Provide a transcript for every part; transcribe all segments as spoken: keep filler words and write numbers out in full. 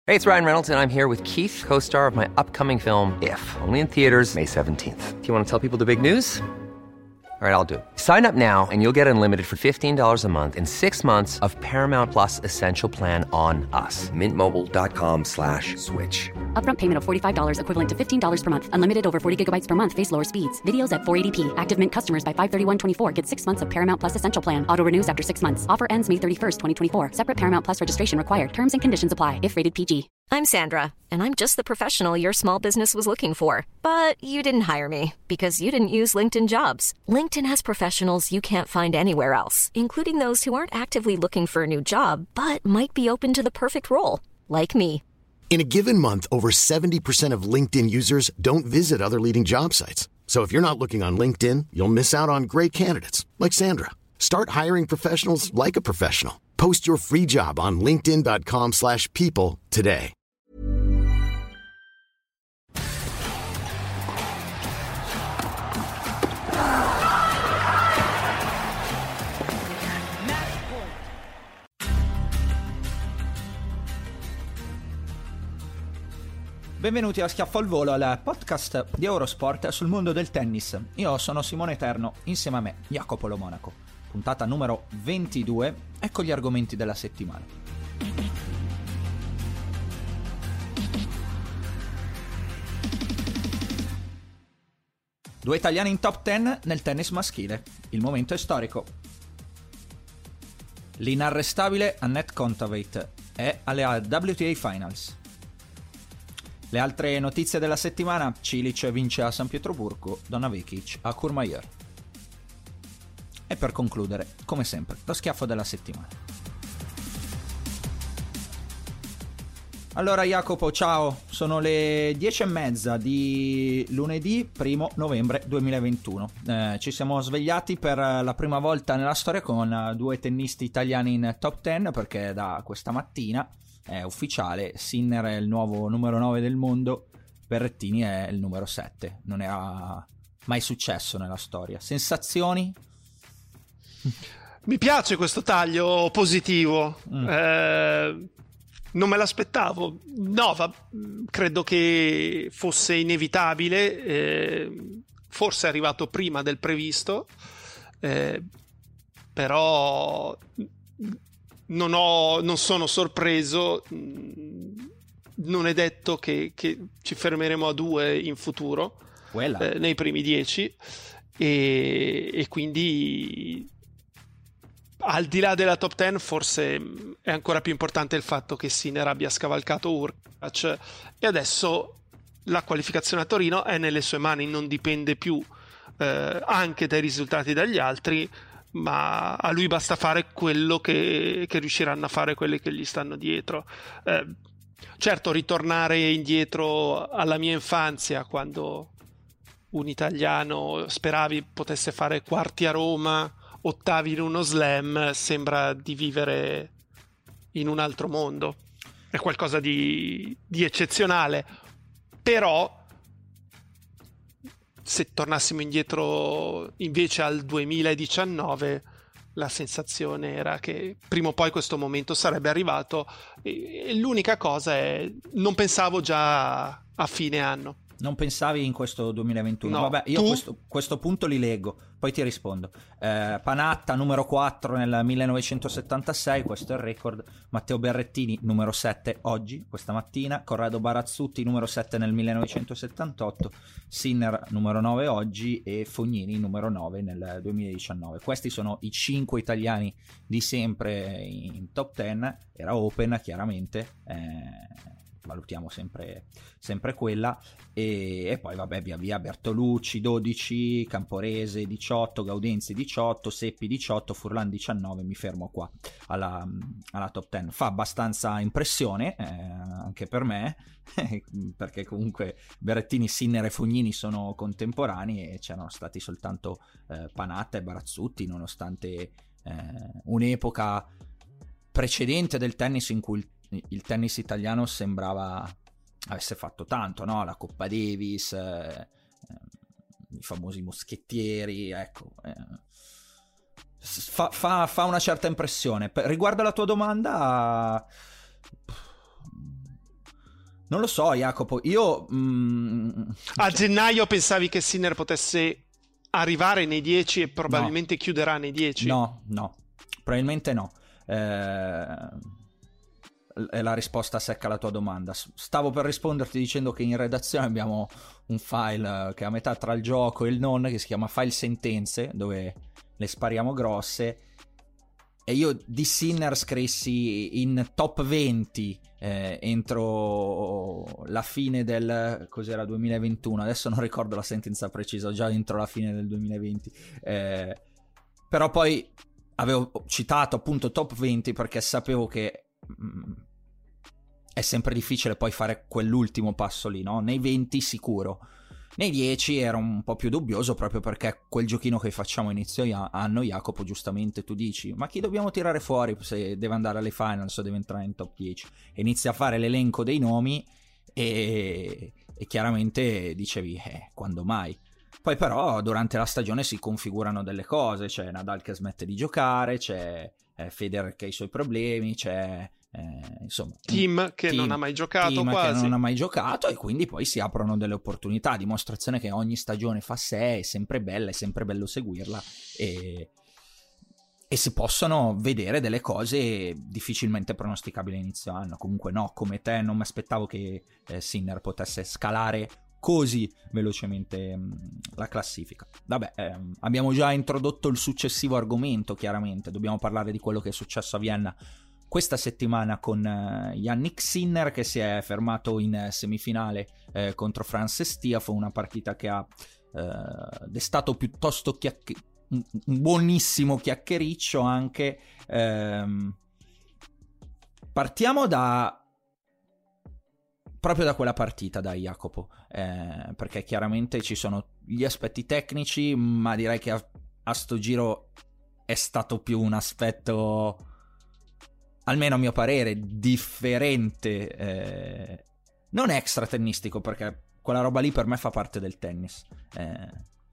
Hey, it's Ryan Reynolds, and I'm here with Keith, co-star of my upcoming film, If, only in theaters May seventeenth. Do you want to tell people the big news? All right, I'll do it. Sign up now and you'll get unlimited for fifteen dollars a month and six months of Paramount Plus Essential Plan on us. Mint Mobile dot com slash switch. Upfront payment of forty-five dollars equivalent to fifteen dollars per month. Unlimited over forty gigabytes per month. Face lower speeds. Videos at four eighty p. Active Mint customers by five thirty-one twenty-four get six months of Paramount Plus Essential Plan. Auto renews after six months. Offer ends May thirty-first, twenty twenty-four. Separate Paramount Plus registration required. Terms and conditions apply if rated P G. I'm Sandra, and I'm just the professional your small business was looking for. But you didn't hire me because you didn't use LinkedIn Jobs. LinkedIn has professionals you can't find anywhere else, including those who aren't actively looking for a new job, but might be open to the perfect role, like me. In a given month, over seventy percent of LinkedIn users don't visit other leading job sites. So if you're not looking on LinkedIn, you'll miss out on great candidates like Sandra. Start hiring professionals like a professional. Post your free job on linkedin dot com slash people today. Benvenuti a Schiaffo al Volo, al podcast di Eurosport sul mondo del tennis. Io sono Simone Eterno, insieme a me Jacopo Lo Monaco. Puntata numero ventidue, ecco gli argomenti della settimana. Due italiani in top dieci nel tennis maschile. Il momento è storico. L'inarrestabile Anett Kontaveit è alle W T A Finals. Le altre notizie della settimana: Cilic vince a San Pietroburgo, Donna Vekic a Courmayeur. E per concludere, come sempre, lo schiaffo della settimana. Allora Jacopo, ciao, sono le dieci e mezza di lunedì primo novembre duemilaventuno. Eh, ci siamo svegliati per la prima volta nella storia con due tennisti italiani in top dieci, perché da questa mattina è ufficiale, Sinner è il nuovo numero nove del mondo, Berrettini è il numero sette. Non era mai successo nella storia. Sensazioni? Mi piace questo taglio positivo. Mm. Eh, non me l'aspettavo. No, va, credo che fosse inevitabile. Eh, forse è arrivato prima del previsto. Eh, però non, ho, non sono sorpreso. Non è detto che, che ci fermeremo a due in futuro, eh, nei primi dieci. E, e quindi, al di là della top dieci, forse è ancora più importante il fatto che Sinner abbia scavalcato Hurkacz, e adesso la qualificazione a Torino è nelle sue mani, non dipende più eh, anche dai risultati degli altri, ma a lui basta fare quello che, che riusciranno a fare quelli che gli stanno dietro. Eh, certo, ritornare indietro alla mia infanzia, quando un italiano speravi potesse fare quarti a Roma, ottavi in uno slam, sembra di vivere in un altro mondo. È qualcosa di, di eccezionale. Però se tornassimo indietro invece al duemiladiciannove, la sensazione era che prima o poi questo momento sarebbe arrivato, e l'unica cosa è, non pensavo già a fine anno. Non pensavi in questo duemilaventuno? No. Vabbè, io questo, questo punto li leggo, poi ti rispondo. Eh, Panatta numero quattro nel millenovecentosettantasei, questo è il record. Matteo Berrettini numero sette oggi, questa mattina. Corrado Barazzutti numero sette nel millenovecentosettantotto. Sinner numero nove oggi e Fognini numero nove nel duemiladiciannove. Questi sono i cinque italiani di sempre in top dieci. Era Open, chiaramente. Eh... valutiamo sempre, sempre quella, e, e poi vabbè via via Bertolucci dodici, Camporese diciotto, Gaudenzi diciotto, Seppi diciotto, Furlan diciannove. Mi fermo qua alla, alla top dieci. Fa abbastanza impressione, eh, anche per me, perché comunque Berrettini, Sinner e Fognini sono contemporanei, e c'erano stati soltanto eh, Panatta e Barazzutti, nonostante eh, un'epoca precedente del tennis in cui il il tennis italiano sembrava avesse fatto tanto, no? La Coppa Davis, eh, eh, i famosi moschettieri, ecco, eh, fa, fa, fa una certa impressione. Per, riguardo alla tua domanda, Non lo so, Jacopo, io... Mm, a gennaio pensavi che Sinner potesse arrivare nei dieci e probabilmente no. chiuderà nei dieci? No, no, probabilmente no. Eh, è la risposta secca alla tua domanda. Stavo per risponderti dicendo che in redazione abbiamo un file che è a metà tra il gioco e il non, che si chiama file sentenze, dove le spariamo grosse, e io di Sinner scrissi in top venti eh, entro la fine del cos'era duemilaventuno, adesso non ricordo la sentenza precisa, già entro la fine del duemilaventi, eh, però poi avevo citato appunto top venti perché sapevo che mh, è sempre difficile poi fare quell'ultimo passo lì, no? Nei venti sicuro. Nei dieci ero un po' più dubbioso proprio perché quel giochino che facciamo inizio anno, Jacopo, giustamente tu dici ma chi dobbiamo tirare fuori se deve andare alle finals o deve entrare in top dieci? E inizi a fare l'elenco dei nomi e, e chiaramente dicevi eh, quando mai? Poi però durante la stagione si configurano delle cose, c'è Nadal che smette di giocare, c'è eh, Federer che ha i suoi problemi, c'è... Eh, insomma, team che team, non ha mai giocato team quasi. che non ha mai giocato, e quindi poi si aprono delle opportunità, dimostrazione che ogni stagione fa sé, è sempre bella, è sempre bello seguirla e, e si possono vedere delle cose difficilmente pronosticabili a inizio anno. Comunque no, come te non mi aspettavo che eh, Sinner potesse scalare così velocemente mh, la classifica. Vabbè, ehm, abbiamo già introdotto il successivo argomento, chiaramente dobbiamo parlare di quello che è successo a Vienna questa settimana con uh, Jannik Sinner, che si è fermato in semifinale eh, contro Frances Tiafoe, una partita che ha eh, destato piuttosto chiacch- un, un buonissimo chiacchiericcio anche. Ehm, partiamo da proprio da quella partita, da Jacopo, eh, perché chiaramente ci sono gli aspetti tecnici, ma direi che a, a sto giro è stato più un aspetto, almeno a mio parere, differente, eh, non extra tennistico, perché quella roba lì per me fa parte del tennis, eh,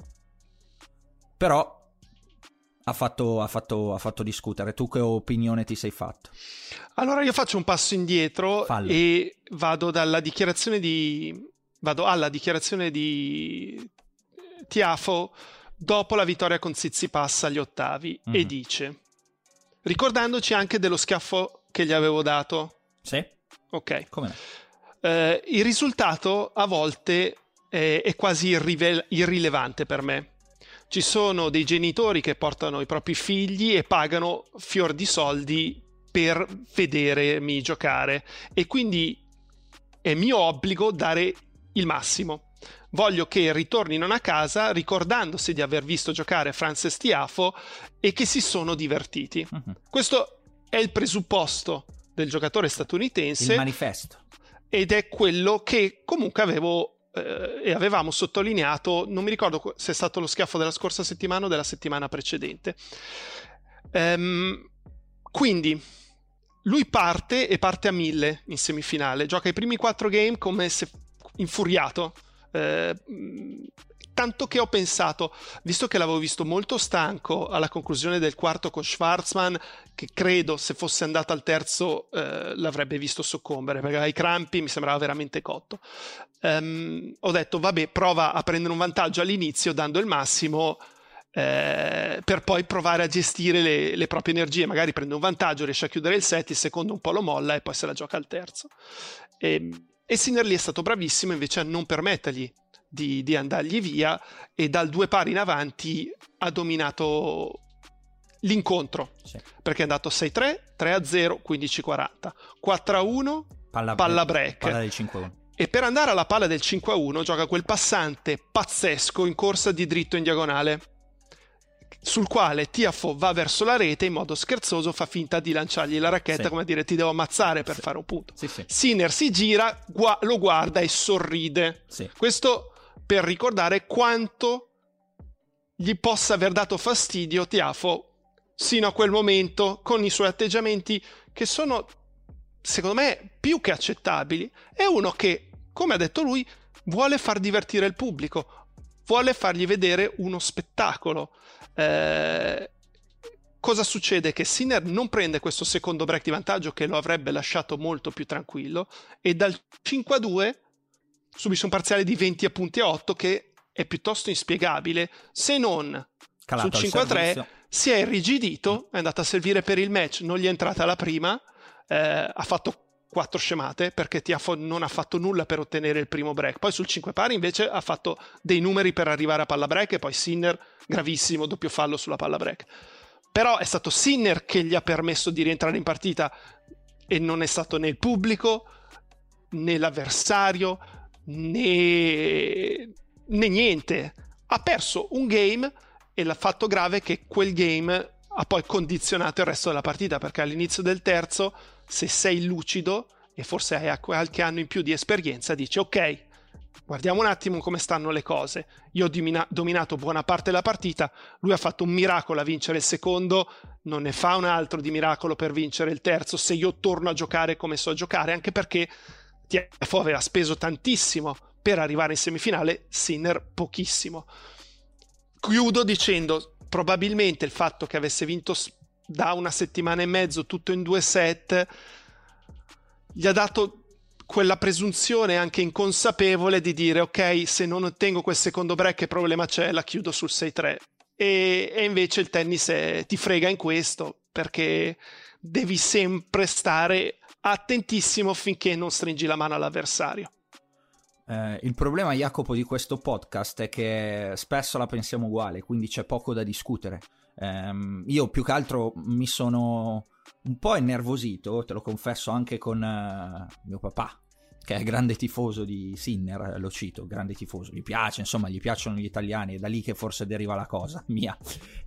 però ha fatto, ha, fatto, ha fatto discutere. Tu che opinione ti sei fatto? Allora io faccio un passo indietro Fallo. E vado dalla dichiarazione di vado alla dichiarazione di Tiafoe dopo la vittoria con Tsitsipas agli ottavi, mm-hmm. e dice, ricordandoci anche dello schiaffo che gli avevo dato. Sì. Ok. Come no? Eh, il risultato a volte è, è quasi irrive- irrilevante per me. Ci sono dei genitori che portano i propri figli e pagano fior di soldi per vedermi giocare, e quindi è mio obbligo dare il massimo. Voglio che ritornino a casa ricordandosi di aver visto giocare Frances Tiafoe e che si sono divertiti. Uh-huh. Questo è il presupposto del giocatore statunitense. Il manifesto. Ed è quello che comunque avevo eh, e avevamo sottolineato, non mi ricordo se è stato lo schiaffo della scorsa settimana o della settimana precedente. Ehm, quindi lui parte e parte a mille in semifinale, gioca i primi quattro game come se infuriato, eh, tanto che ho pensato, visto che l'avevo visto molto stanco alla conclusione del quarto con Schwartzman, che credo se fosse andato al terzo eh, l'avrebbe visto soccombere, perché ai crampi mi sembrava veramente cotto. Um, ho detto vabbè, prova a prendere un vantaggio all'inizio dando il massimo, eh, per poi provare a gestire le, le proprie energie, magari prende un vantaggio, riesce a chiudere il set, il secondo un po' lo molla e poi se la gioca al terzo. E, e Sinner lì è stato bravissimo invece a non permettergli di, di andargli via, e dal due pari in avanti ha dominato l'incontro, sì. Perché è andato sei tre, tre a zero, quindici quaranta, quattro a uno, palla, palla break, palla del cinque a uno. E per andare alla palla del cinque a uno gioca quel passante pazzesco in corsa di dritto in diagonale, sul quale Tiafoe va verso la rete, in modo scherzoso fa finta di lanciargli la racchetta, sì. Come a dire ti devo ammazzare per sì. fare un punto. Sì, sì. Sinner si gira, gu- lo guarda e sorride. Sì. Questo per ricordare quanto gli possa aver dato fastidio Tiafoe sino a quel momento, con i suoi atteggiamenti che sono, secondo me, più che accettabili. È uno che, come ha detto lui, vuole far divertire il pubblico, vuole fargli vedere uno spettacolo. Eh, cosa succede? Che Sinner non prende questo secondo break di vantaggio che lo avrebbe lasciato molto più tranquillo, e dal cinque a due subisce un parziale di venti punti a otto che è piuttosto inspiegabile, se non Calato sul cinque a tre si è irrigidito, è andato a servire per il match, non gli è entrata la prima, eh, ha fatto quattro scemate perché Tiafoe non ha fatto nulla per ottenere il primo break. Poi sul cinque pari invece ha fatto dei numeri per arrivare a palla break, e poi Sinner, gravissimo, doppio fallo sulla palla break. Però è stato Sinner che gli ha permesso di rientrare in partita, e non è stato né il pubblico né l'avversario né, né niente. Ha perso un game, e il fatto grave è che quel game ha poi condizionato il resto della partita, perché all'inizio del terzo, se sei lucido e forse hai qualche anno in più di esperienza, dici ok, guardiamo un attimo come stanno le cose. Io ho domina- dominato buona parte della partita, lui ha fatto un miracolo a vincere il secondo, non ne fa un altro di miracolo per vincere il terzo se io torno a giocare come so giocare, anche perché Tiafoe aveva speso tantissimo per arrivare in semifinale, Sinner pochissimo. Chiudo dicendo, probabilmente il fatto che avesse vinto da una settimana e mezzo tutto in due set gli ha dato quella presunzione anche inconsapevole di dire ok, se non ottengo quel secondo break che problema c'è, la chiudo sul sei tre, e, e invece il tennis è, ti frega in questo, perché devi sempre stare attentissimo finché non stringi la mano all'avversario. Eh, il problema, Jacopo, di questo podcast è che spesso la pensiamo uguale, quindi c'è poco da discutere. Eh, io più che altro mi sono un po' innervosito, te lo confesso, anche con uh, mio papà, che è grande tifoso di Sinner, lo cito, grande tifoso, gli piace, insomma, gli piacciono gli italiani, è da lì che forse deriva la cosa mia,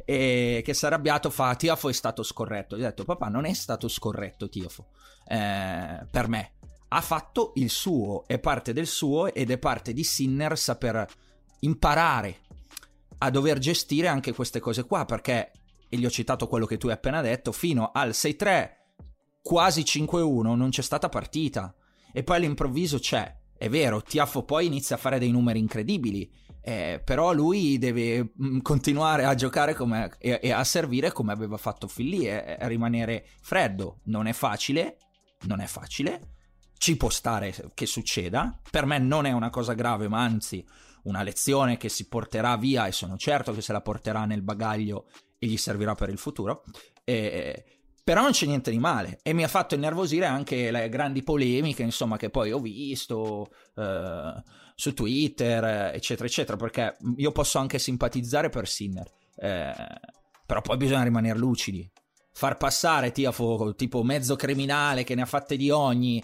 e che si è arrabbiato, fa Tiafoe è stato scorretto. Gli ho detto, papà, non è stato scorretto Tiafoe, eh, per me ha fatto il suo, è parte del suo, ed è parte di Sinner saper imparare a dover gestire anche queste cose qua, perché, e gli ho citato quello che tu hai appena detto, fino al sei tre, quasi cinque uno, non c'è stata partita, e poi all'improvviso c'è. È vero, Tiafoe poi inizia a fare dei numeri incredibili, eh, però lui deve mh, continuare a giocare come, e, e a servire come aveva fatto fin lì, e, e rimanere freddo. Non è facile, non è facile, ci può stare che succeda, per me non è una cosa grave, ma anzi una lezione che si porterà via, e sono certo che se la porterà nel bagaglio e gli servirà per il futuro, eh, però non c'è niente di male, e mi ha fatto innervosire anche le grandi polemiche, insomma, che poi ho visto eh, su Twitter, eccetera eccetera, perché io posso anche simpatizzare per Sinner, eh, però poi bisogna rimanere lucidi. Far passare Tiafoe tipo mezzo criminale che ne ha fatte di ogni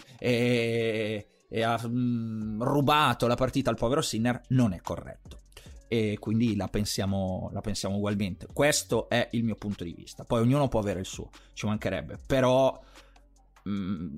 e, e ha mh, rubato la partita al povero Sinner non è corretto, e quindi la pensiamo, la pensiamo ugualmente. Questo è il mio punto di vista, poi ognuno può avere il suo, ci mancherebbe, però mh...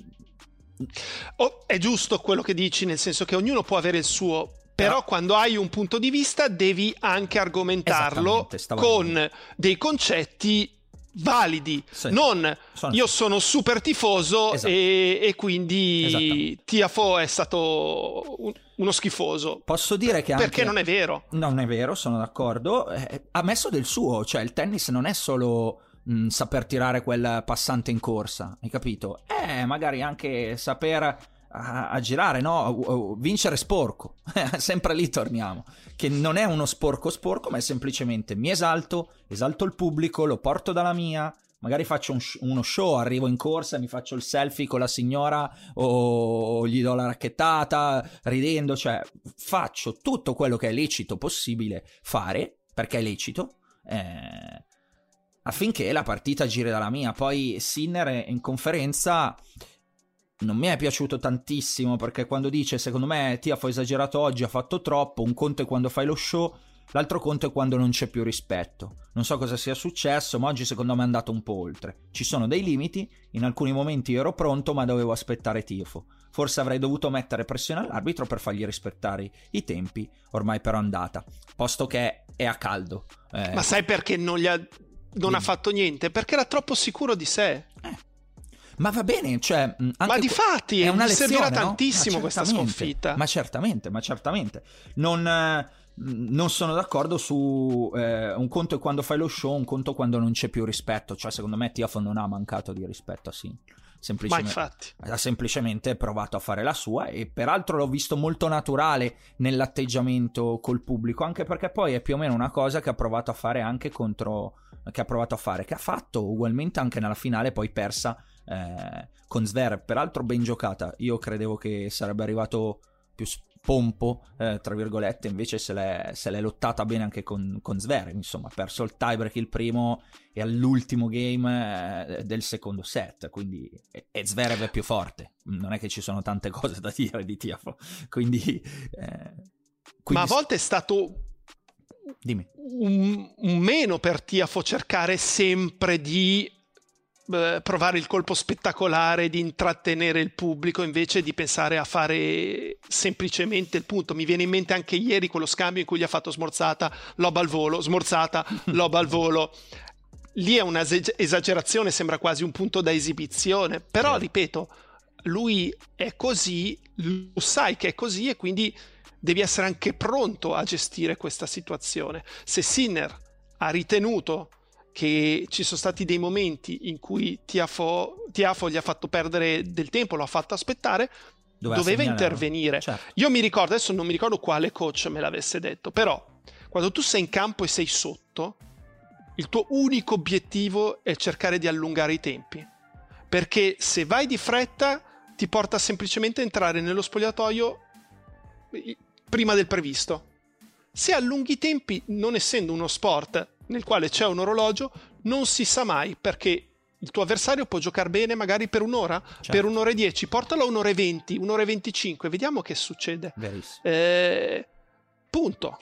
oh, è giusto quello che dici, nel senso che ognuno può avere il suo, però, però quando hai un punto di vista devi anche argomentarlo con dei concetti validi, sì. Non sono... io sono super tifoso, esatto. e, e quindi Tiafoe è stato un, uno schifoso. Posso dire che anche... perché non è vero. Non è vero, sono d'accordo. Eh, ha messo del suo, cioè il tennis non è solo mh, saper tirare quel passante in corsa, hai capito? Eh, magari anche saper a, a girare, no? Vincere sporco. Sempre lì torniamo. Che non è uno sporco sporco, ma è semplicemente mi esalto, esalto il pubblico, lo porto dalla mia, magari faccio un sh- uno show, arrivo in corsa, mi faccio il selfie con la signora o gli do la racchettata ridendo, cioè faccio tutto quello che è lecito possibile fare, perché è lecito, eh, affinché la partita giri dalla mia. Poi Sinner in conferenza non mi è piaciuto tantissimo, perché quando dice secondo me Tiafoe ha esagerato oggi, ha fatto troppo, un conto è quando fai lo show, l'altro conto è quando non c'è più rispetto. Non so cosa sia successo, ma oggi secondo me è andato un po' oltre. Ci sono dei limiti, in alcuni momenti io ero pronto, ma dovevo aspettare Tiafoe. Forse avrei dovuto mettere pressione all'arbitro per fargli rispettare i tempi, ormai però è andata, posto che è a caldo. Eh, ma sai perché non, gli ha, non ha fatto niente? Perché era troppo sicuro di sé. Eh. Ma va bene, cioè anche ma difatti è una gli lezione, servirà no? tantissimo questa sconfitta. Ma certamente, ma certamente. Non, non sono d'accordo su eh, un conto è quando fai lo show, un conto quando non c'è più rispetto. Cioè secondo me Tiafoe non ha mancato di rispetto a Sinner, semplicemente, ma infatti ha semplicemente provato a fare la sua, e peraltro l'ho visto molto naturale nell'atteggiamento col pubblico, anche perché poi è più o meno una cosa che ha provato a fare anche contro che ha provato a fare che ha fatto ugualmente anche nella finale poi persa eh, con Zverev, peraltro ben giocata. Io credevo che sarebbe arrivato più pompo eh, tra virgolette, invece se l'è, se l'è lottata bene anche con, con Zverev, insomma ha perso il tiebreak il primo e all'ultimo game eh, del secondo set, quindi e, e Zverev è più forte, non è che ci sono tante cose da dire di Tiafoe, quindi, eh, quindi ma a volte è stato dimmi un, un meno per Tiafoe cercare sempre di eh, provare il colpo spettacolare, di intrattenere il pubblico, invece di pensare a fare semplicemente il punto. Mi viene in mente anche ieri quello scambio in cui gli ha fatto smorzata, lob al volo, smorzata, lob al volo. Lì è una esagerazione, sembra quasi un punto da esibizione, però sì. Ripeto, lui è così, lo sai che è così, e quindi devi essere anche pronto a gestire questa situazione. Se Sinner ha ritenuto che ci sono stati dei momenti in cui Tiafoe, Tiafoe gli ha fatto perdere del tempo, lo ha fatto aspettare, doveva, doveva intervenire. Certo. Io mi ricordo, adesso non mi ricordo quale coach me l'avesse detto, però quando tu sei in campo e sei sotto, il tuo unico obiettivo è cercare di allungare i tempi, perché se vai di fretta ti porta semplicemente a entrare nello spogliatoio prima del previsto. Se allunghi i tempi, non essendo uno sport nel quale c'è un orologio, non si sa mai, perché il tuo avversario può giocare bene magari per un'ora, certo. per un'ora e dieci, portalo a un'ora e venti, un'ora e venticinque, vediamo che succede. Verissimo. Eh, punto.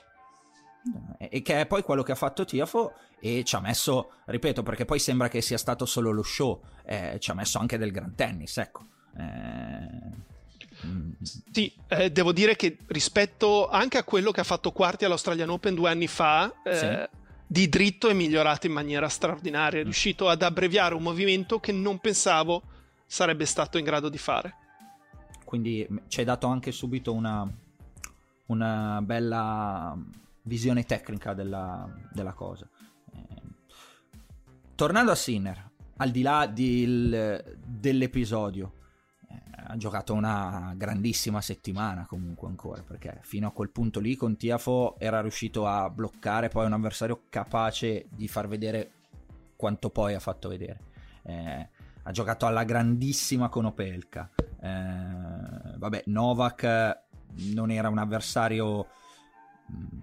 E che è poi quello che ha fatto Tiafoe, e ci ha messo, ripeto, perché poi sembra che sia stato solo lo show, eh, ci ha messo anche del gran tennis, ecco. Eh... Sì, eh, devo dire che rispetto anche a quello che ha fatto quarti all'Australian Open due anni fa, eh, sì. di dritto è migliorato in maniera straordinaria, è riuscito ad abbreviare un movimento che non pensavo sarebbe stato in grado di fare. Quindi ci hai dato anche subito una, una bella visione tecnica della, della cosa. Eh, tornando a Sinner, al di là di il, dell'episodio, ha giocato una grandissima settimana comunque ancora, perché fino a quel punto lì con Tiafoe era riuscito a bloccare poi un avversario capace di far vedere quanto poi ha fatto vedere. Eh, ha giocato alla grandissima con Opelka. Eh, vabbè, Novak non era un avversario mh,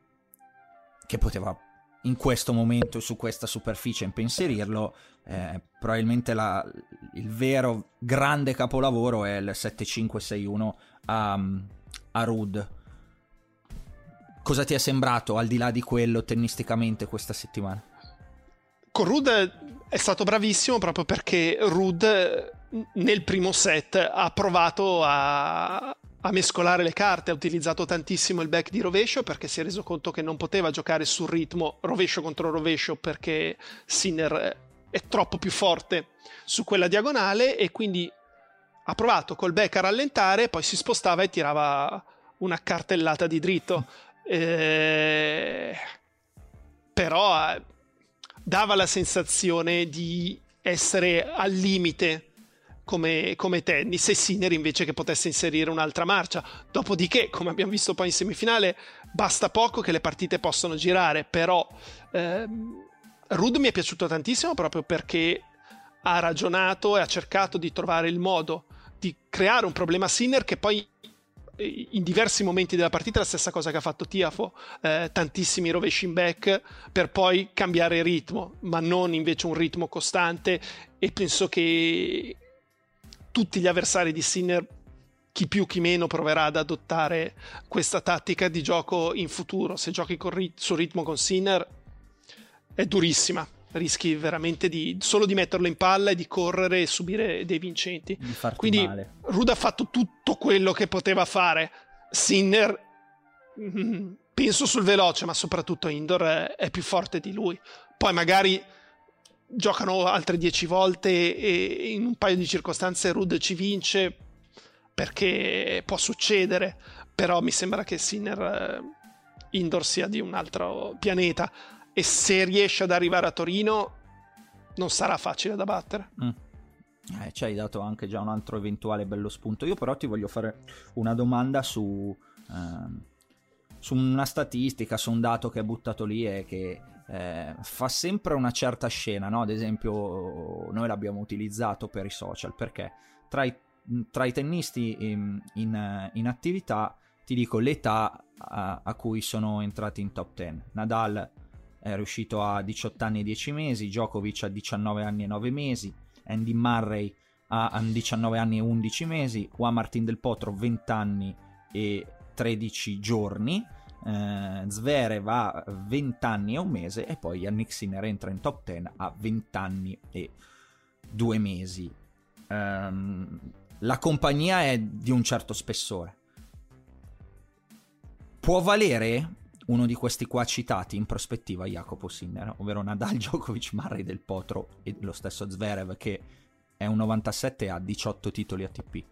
che poteva in questo momento su questa superficie impensierirlo. Eh, probabilmente la, il vero grande capolavoro è il sette cinque sei uno a, a Ruud. Cosa ti è sembrato al di là di quello tennisticamente questa settimana? Con Ruud è stato bravissimo, proprio perché Ruud nel primo set ha provato a, a mescolare le carte, ha utilizzato tantissimo il back di rovescio, perché si è reso conto che non poteva giocare sul ritmo rovescio contro rovescio, perché Sinner è troppo più forte su quella diagonale, e quindi ha provato col back a rallentare, poi si spostava e tirava una cartellata di dritto. Eh, però dava la sensazione di essere al limite come, come tennis, e Sinner invece che potesse inserire un'altra marcia. Dopodiché, come abbiamo visto poi in semifinale, basta poco che le partite possano girare, però ehm, Ruud mi è piaciuto tantissimo proprio perché ha ragionato e ha cercato di trovare il modo di creare un problema a Sinner, che poi in diversi momenti della partita è la stessa cosa che ha fatto Tiafoe, eh, tantissimi rovesci in back per poi cambiare ritmo, ma non invece un ritmo costante. E penso che tutti gli avversari di Sinner, chi più chi meno, proverà ad adottare questa tattica di gioco in futuro. Se giochi con rit- sul ritmo con Sinner è durissima, rischi veramente di solo di metterlo in palla e di correre e subire dei vincenti. Quindi male. Ruud ha fatto tutto quello che poteva fare. Sinner mh, penso sul veloce, ma soprattutto indoor è, è più forte di lui. Poi magari giocano altre dieci volte e in un paio di circostanze Ruud ci vince, perché può succedere, però mi sembra che Sinner indoor sia di un altro pianeta, e se riesce ad arrivare a Torino non sarà facile da battere. Mm. Eh, ci hai dato anche già un altro eventuale bello spunto. Io però ti voglio fare una domanda su, ehm, su una statistica, su un dato che è buttato lì e che eh, fa sempre una certa scena, no? Ad esempio noi l'abbiamo utilizzato per i social, perché tra i, tra i tennisti in, in, in attività ti dico l'età a, a cui sono entrati in top dieci. Nadal è riuscito a diciotto anni e dieci mesi, Djokovic a diciannove anni e nove mesi, Andy Murray a diciannove anni e undici mesi, Juan Martín del Potro venti anni e tredici giorni, eh, Zverev a venti anni e un mese, e poi Jannik Sinner entra in top dieci a venti anni e due mesi. Um, la compagnia è di un certo spessore. Può valere uno di questi qua citati in prospettiva Jacopo Sinner, ovvero Nadal, Djokovic, Murray, del Potro e lo stesso Zverev, che è un novantasette e ha diciotto titoli A T P?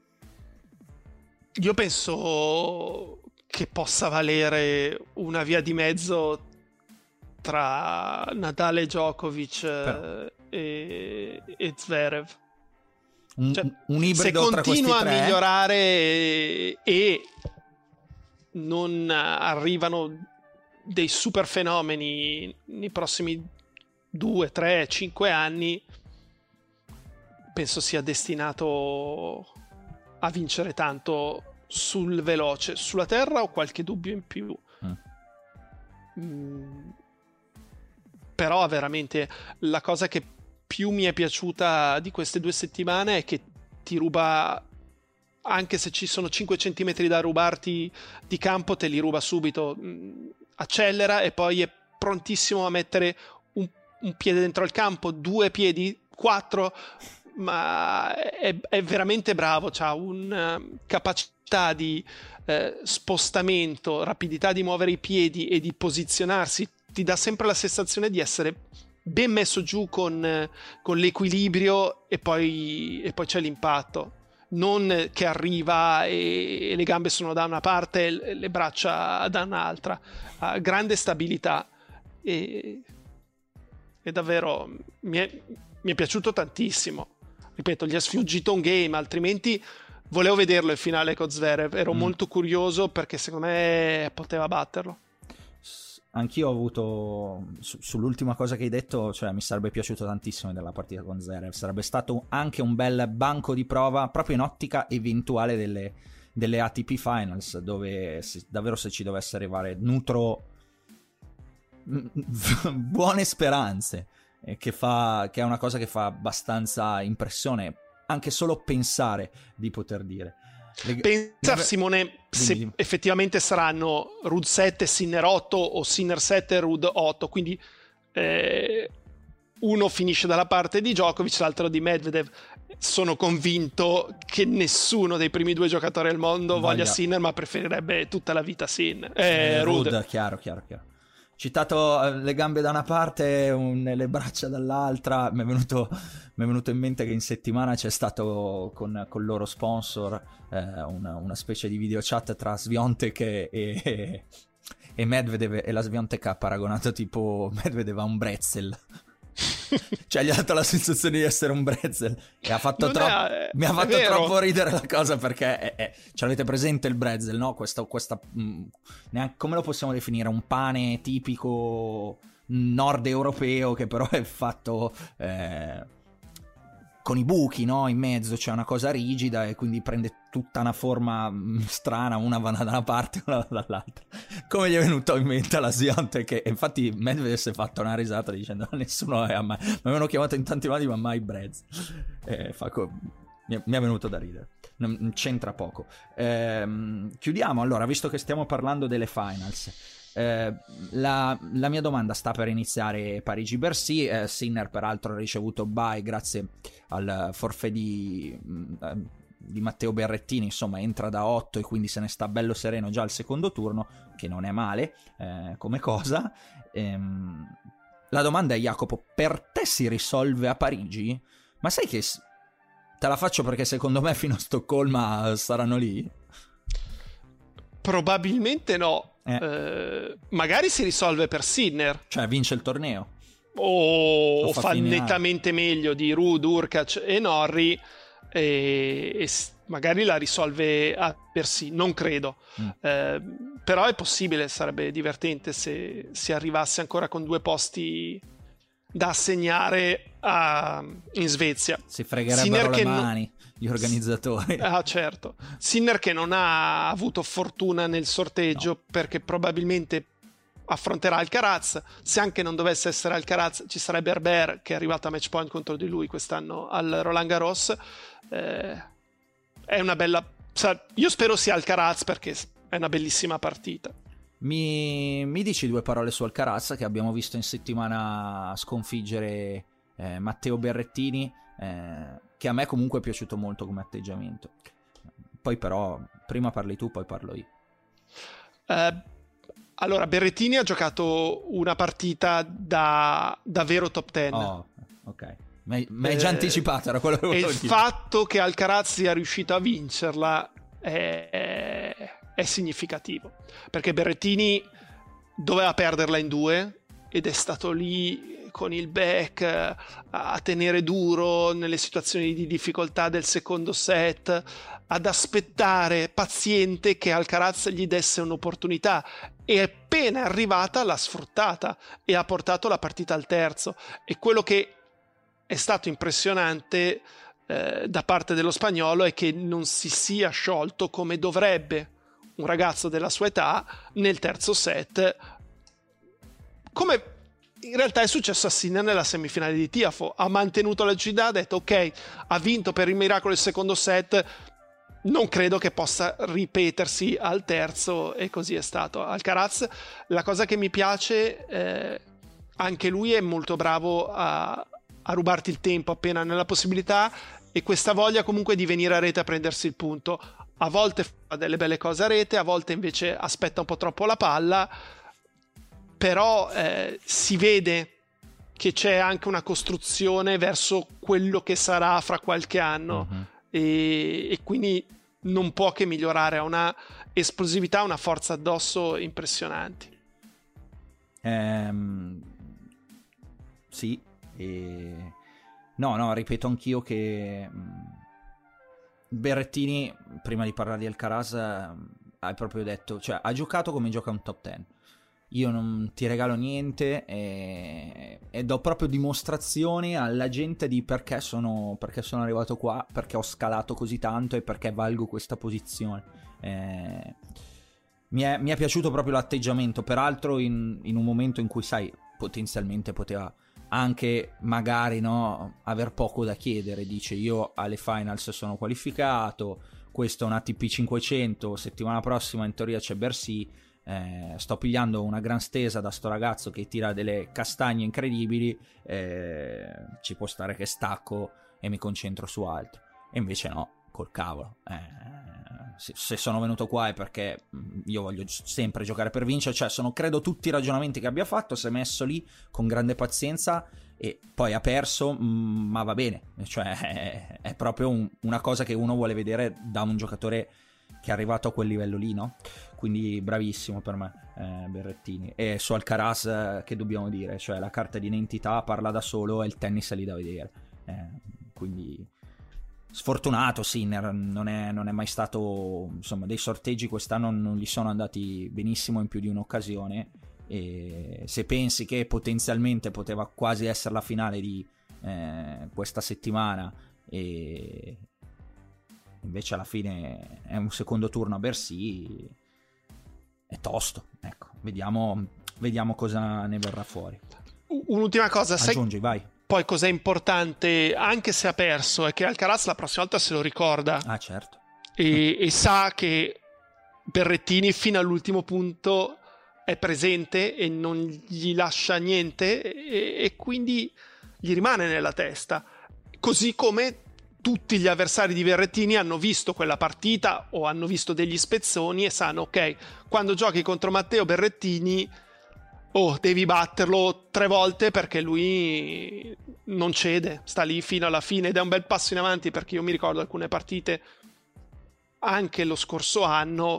Io penso che possa valere una via di mezzo tra Nadal e Djokovic Però... e, e Zverev. Un, cioè, un ibrido tra questi tre. Se continua a migliorare e, e non arrivano dei super fenomeni nei prossimi due, tre, cinque anni, penso sia destinato a vincere tanto sul veloce. Sulla terra ho qualche dubbio in più. Mm. Mm. Però veramente la cosa che più mi è piaciuta di queste due settimane è che ti ruba, anche se ci sono cinque centimetri da rubarti di campo, te li ruba subito, accelera e poi è prontissimo a mettere un, un piede dentro il campo, due piedi, quattro, ma è, è veramente bravo, c'ha una capacità di eh, spostamento, rapidità di muovere i piedi e di posizionarsi, ti dà sempre la sensazione di essere ben messo giù con, con l'equilibrio, e poi, e poi c'è l'impatto. Non che arriva e, e le gambe sono da una parte e le braccia da un'altra. Ha grande stabilità e, e davvero mi è, mi è piaciuto tantissimo. Ripeto, gli ha sfuggito un game, altrimenti volevo vederlo il finale con Zverev. Ero mm. molto curioso perché secondo me poteva batterlo. Anch'io ho avuto, su, sull'ultima cosa che hai detto, cioè mi sarebbe piaciuto tantissimo della partita con Zverev, sarebbe stato anche un bel banco di prova proprio in ottica eventuale delle, delle A T P Finals, dove se, davvero se ci dovesse arrivare nutro buone speranze, eh, che, fa, che è una cosa che fa abbastanza impressione, anche solo pensare di poter dire. Le... Pensa, Simone, se dimmi, dimmi. effettivamente saranno Ruud sette, Sinner otto o Sinner sette, Ruud otto, quindi eh, uno finisce dalla parte di Djokovic, l'altro di Medvedev. Sono convinto che nessuno dei primi due giocatori al mondo voglia, voglia Sinner, ma preferirebbe tutta la vita Sinner. Eh, eh, Ruud. Ruud, chiaro, chiaro, chiaro. Citato le gambe da una parte, un, le braccia dall'altra, mi è venuto, mi è venuto in mente che in settimana c'è stato con, con il loro sponsor eh, una, una specie di video chat tra Swiatek e, e, e Medvedev, e la Swiatek ha paragonato tipo Medvedev a un pretzel. Cioè gli ha dato la sensazione di essere un pretzel e ha fatto troppo, è, mi ha fatto troppo ridere la cosa, perché è, è, cioè avete presente il pretzel, no? Questo, questa mh, neanche, come lo possiamo definire, un pane tipico nord europeo che però è fatto eh, con i buchi, no? In mezzo c'è una cosa rigida e quindi prende tutta una forma mh, strana, una va da una parte e una va dall'altra. Come gli è venuto in mente alla Swiatek, che infatti Medvedev si è fatto una risata dicendo nessuno è mai, mi avevano chiamato in tanti modi ma mai Brez. Eh, fa co- mi, è, mi è venuto da ridere, non c'entra poco. Eh, chiudiamo allora, visto che stiamo parlando delle finals. Eh, la, la mia domanda sta per iniziare Parigi-Bercy. eh, Sinner peraltro ha ricevuto bye grazie al forfait di, mh, di Matteo Berrettini, insomma entra da otto e quindi se ne sta bello sereno già al secondo turno, che non è male eh, come cosa. ehm, la domanda è, Jacopo, per te si risolve a Parigi? Ma sai che te la faccio perché secondo me fino a Stoccolma saranno lì. Probabilmente no. Eh. Eh, magari si risolve per Sinner. Cioè vince il torneo. O, Lo o fa fa finale. nettamente meglio di Ruud, Urkac e Norrie e, e s- magari la risolve a per sì, non credo. Mm. Eh, però è possibile, sarebbe divertente se si arrivasse ancora con due posti da assegnare a- in Svezia. Si fregherebbero Sinner le che non- mani gli organizzatori. Ah, certo. Sinner che non ha avuto fortuna nel sorteggio, No. perché probabilmente affronterà Alcaraz. Se anche non dovesse essere Alcaraz, ci sarebbe Herbert, che è arrivato a match point contro di lui quest'anno al Roland Garros. Eh, è una bella... Io spero sia Alcaraz, perché è una bellissima partita. Mi, mi dici due parole su Alcaraz, che abbiamo visto in settimana sconfiggere eh, Matteo Berrettini, eh, che a me comunque è piaciuto molto come atteggiamento. Poi però, prima parli tu, poi parlo io. Eh, allora, Berrettini ha giocato una partita da, da vero top ten. Oh, ok. Mi hai già Eh, anticipato, era quello che E volevo il dire. fatto che Alcaraz sia riuscito a vincerla è, è, è significativo, perché Berrettini doveva perderla in due ed è stato lì con il back eh, a tenere duro nelle situazioni di difficoltà del secondo set, ad aspettare paziente che Alcaraz gli desse un'opportunità, e appena è arrivata l'ha sfruttata e ha portato la partita al terzo. E quello che è stato impressionante eh, da parte dello spagnolo è che non si sia sciolto come dovrebbe un ragazzo della sua età nel terzo set, come in realtà è successo a Sinner nella semifinale di Tiafo. Ha mantenuto la lucidità, ha detto ok, ha vinto per il miracolo il secondo set, non credo che possa ripetersi al terzo, e così è stato. Alcaraz, la cosa che mi piace, eh, anche lui è molto bravo a a rubarti il tempo appena nella possibilità, e questa voglia comunque di venire a rete a prendersi il punto. A volte fa delle belle cose a rete, a volte invece aspetta un po' troppo la palla, però eh, si vede che c'è anche una costruzione verso quello che sarà fra qualche anno. Mhm. e, e quindi non può che migliorare, ha una esplosività, una forza addosso impressionanti. Ehm, sì, e... no, no, ripeto anch'io che mh, Berrettini, prima di parlare di Alcaraz, mh, hai proprio detto, cioè ha giocato come gioca un top ten. Io non ti regalo niente e, e do proprio dimostrazioni alla gente di perché sono, perché sono arrivato qua, perché ho scalato così tanto e perché valgo questa posizione. Eh, mi, è, mi è piaciuto proprio l'atteggiamento, peraltro in, in un momento in cui, sai, potenzialmente poteva anche magari no, aver poco da chiedere. Dice: io alle finals sono qualificato, questo è un A T P cinquecento, settimana prossima in teoria c'è Bercy, eh, sto pigliando una gran stesa da sto ragazzo che tira delle castagne incredibili, eh, ci può stare che stacco e mi concentro su altro. E invece no, col cavolo, eh, se, se sono venuto qua è perché io voglio sempre giocare per vincere, cioè sono credo tutti i ragionamenti che abbia fatto, si è messo lì con grande pazienza e poi ha perso, mh, ma va bene, cioè è, è proprio un, una cosa che uno vuole vedere da un giocatore che è arrivato a quel livello lì, no? Quindi bravissimo per me, eh, Berrettini. E su Alcaraz, eh, che dobbiamo dire, cioè la carta di identità parla da solo e il tennis è lì da vedere, eh, quindi sfortunato Sinner, non è, non è mai stato, insomma, dei sorteggi quest'anno non gli sono andati benissimo in più di un'occasione, e se pensi che potenzialmente poteva quasi essere la finale di eh, questa settimana e invece alla fine è un secondo turno a Bercy, è tosto, ecco, vediamo, vediamo cosa ne verrà fuori. Un'ultima cosa, aggiungi, sai vai. poi cos'è importante, anche se ha perso, è che Alcaraz la prossima volta se lo ricorda. Ah, certo. e, e sa che Berrettini fino all'ultimo punto è presente e non gli lascia niente, e, e quindi gli rimane nella testa, così come tutti gli avversari di Berrettini hanno visto quella partita o hanno visto degli spezzoni e sanno ok, quando giochi contro Matteo Berrettini oh, devi batterlo tre volte perché lui non cede, sta lì fino alla fine, ed è un bel passo in avanti, perché io mi ricordo alcune partite anche lo scorso anno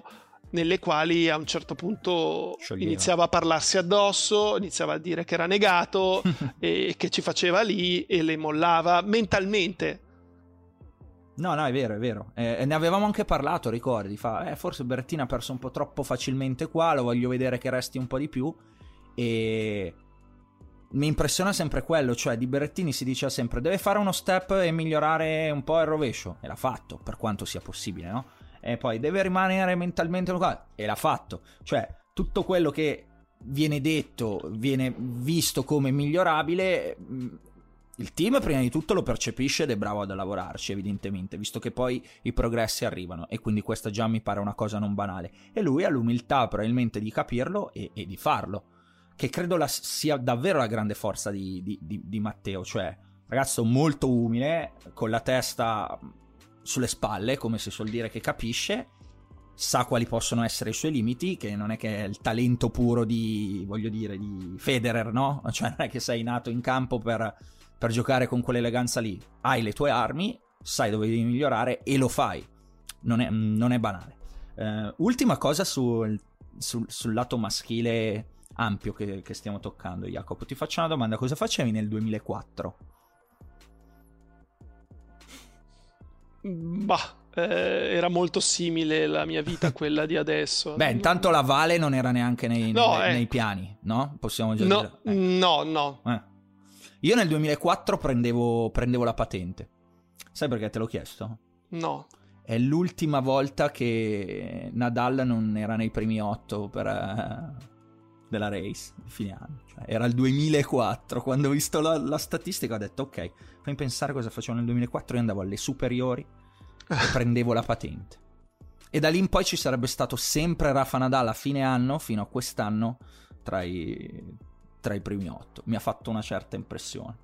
nelle quali a un certo punto Scioglieva. iniziava a parlarsi addosso, iniziava a dire che era negato e che ci faceva lì e le mollava mentalmente. No, no, è vero, è vero. Eh, ne avevamo anche parlato, ricordi? Fa, eh, forse Berrettini ha perso un po' troppo facilmente qua, lo voglio vedere che resti un po' di più. E mi impressiona sempre quello, cioè di Berrettini si diceva sempre deve fare uno step e migliorare un po' il rovescio, e l'ha fatto, per quanto sia possibile, no? E poi deve rimanere mentalmente locale, e l'ha fatto. Cioè, tutto quello che viene detto, viene visto come migliorabile, il team prima di tutto lo percepisce ed è bravo ad lavorarci, evidentemente, visto che poi i progressi arrivano, e quindi questa già mi pare una cosa non banale, e lui ha l'umiltà probabilmente di capirlo e, e di farlo, che credo la, sia davvero la grande forza di, di, di, di Matteo. Cioè, ragazzo molto umile, con la testa sulle spalle, come si suol dire, che capisce, sa quali possono essere i suoi limiti, che non è che è il talento puro di, voglio dire, di Federer, no? Cioè non è che sei nato in campo per, per giocare con quell'eleganza lì. Hai le tue armi, sai dove devi migliorare e lo fai. Non è, non è banale. Uh, ultima cosa sul, sul, sul lato maschile ampio che, che stiamo toccando, Jacopo, ti faccio una domanda: cosa facevi nel duemilaquattro? Bah, eh, era molto simile la mia vita a quella di adesso. Beh, intanto la Vale non era neanche nei, no, nei, eh. nei piani, no? Possiamo già no, dire. Eh. No, no. Eh. Io nel duemilaquattro prendevo, prendevo la patente. Sai perché te l'ho chiesto? No. È l'ultima volta che Nadal non era nei primi otto per, uh, della race di fine anno. Cioè, era il duemilaquattro. Quando ho visto la, la statistica ho detto ok, fammi pensare cosa facevo nel duemilaquattro. Io andavo alle superiori e prendevo la patente. E da lì in poi ci sarebbe stato sempre Rafa Nadal a fine anno fino a quest'anno tra i, tra i primi otto. Mi ha fatto una certa impressione.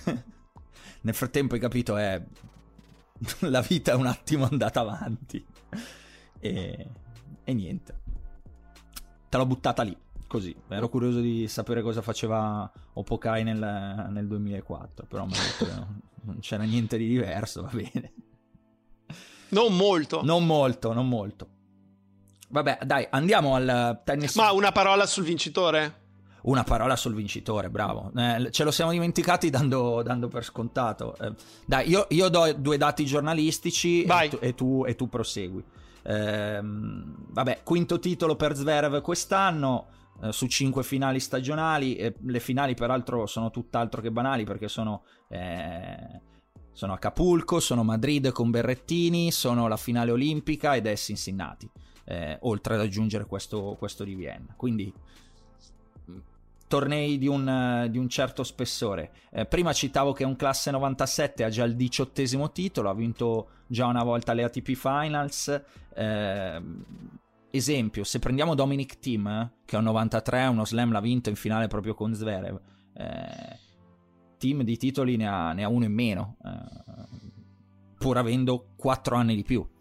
Nel frattempo hai capito, è la vita è un attimo andata avanti e, e niente, te l'ho buttata lì così. Ero curioso di sapere cosa faceva Opokai nel, nel duemilaquattro, però mi ha detto che no, non c'era niente di diverso, va bene. Non molto. Non molto, non molto. Vabbè, dai, andiamo al tennis. Ma una parola sul vincitore? Una parola sul vincitore, bravo. Eh, ce lo siamo dimenticati dando, dando per scontato. Eh, dai, io, io do due dati giornalistici e tu, e, tu, e tu prosegui. Eh, vabbè, quinto titolo per Zverev quest'anno, eh, su cinque finali stagionali. Eh, le finali peraltro sono tutt'altro che banali, perché sono... Eh, sono Acapulco, sono Madrid con Berrettini, sono la finale olimpica ed è Cincinnati, eh, oltre ad aggiungere questo, questo di Vienna. Quindi tornei di un, di un certo spessore. Eh, prima citavo che è un classe novantasette, ha già il diciottesimo titolo, ha vinto già una volta le A T P Finals. Eh, esempio, se prendiamo Dominic Thiem, eh, che è un novantatré, uno slam l'ha vinto in finale proprio con Zverev. Eh, Team di titoli ne ha, ne ha uno in meno, eh, pur avendo quattro anni di più.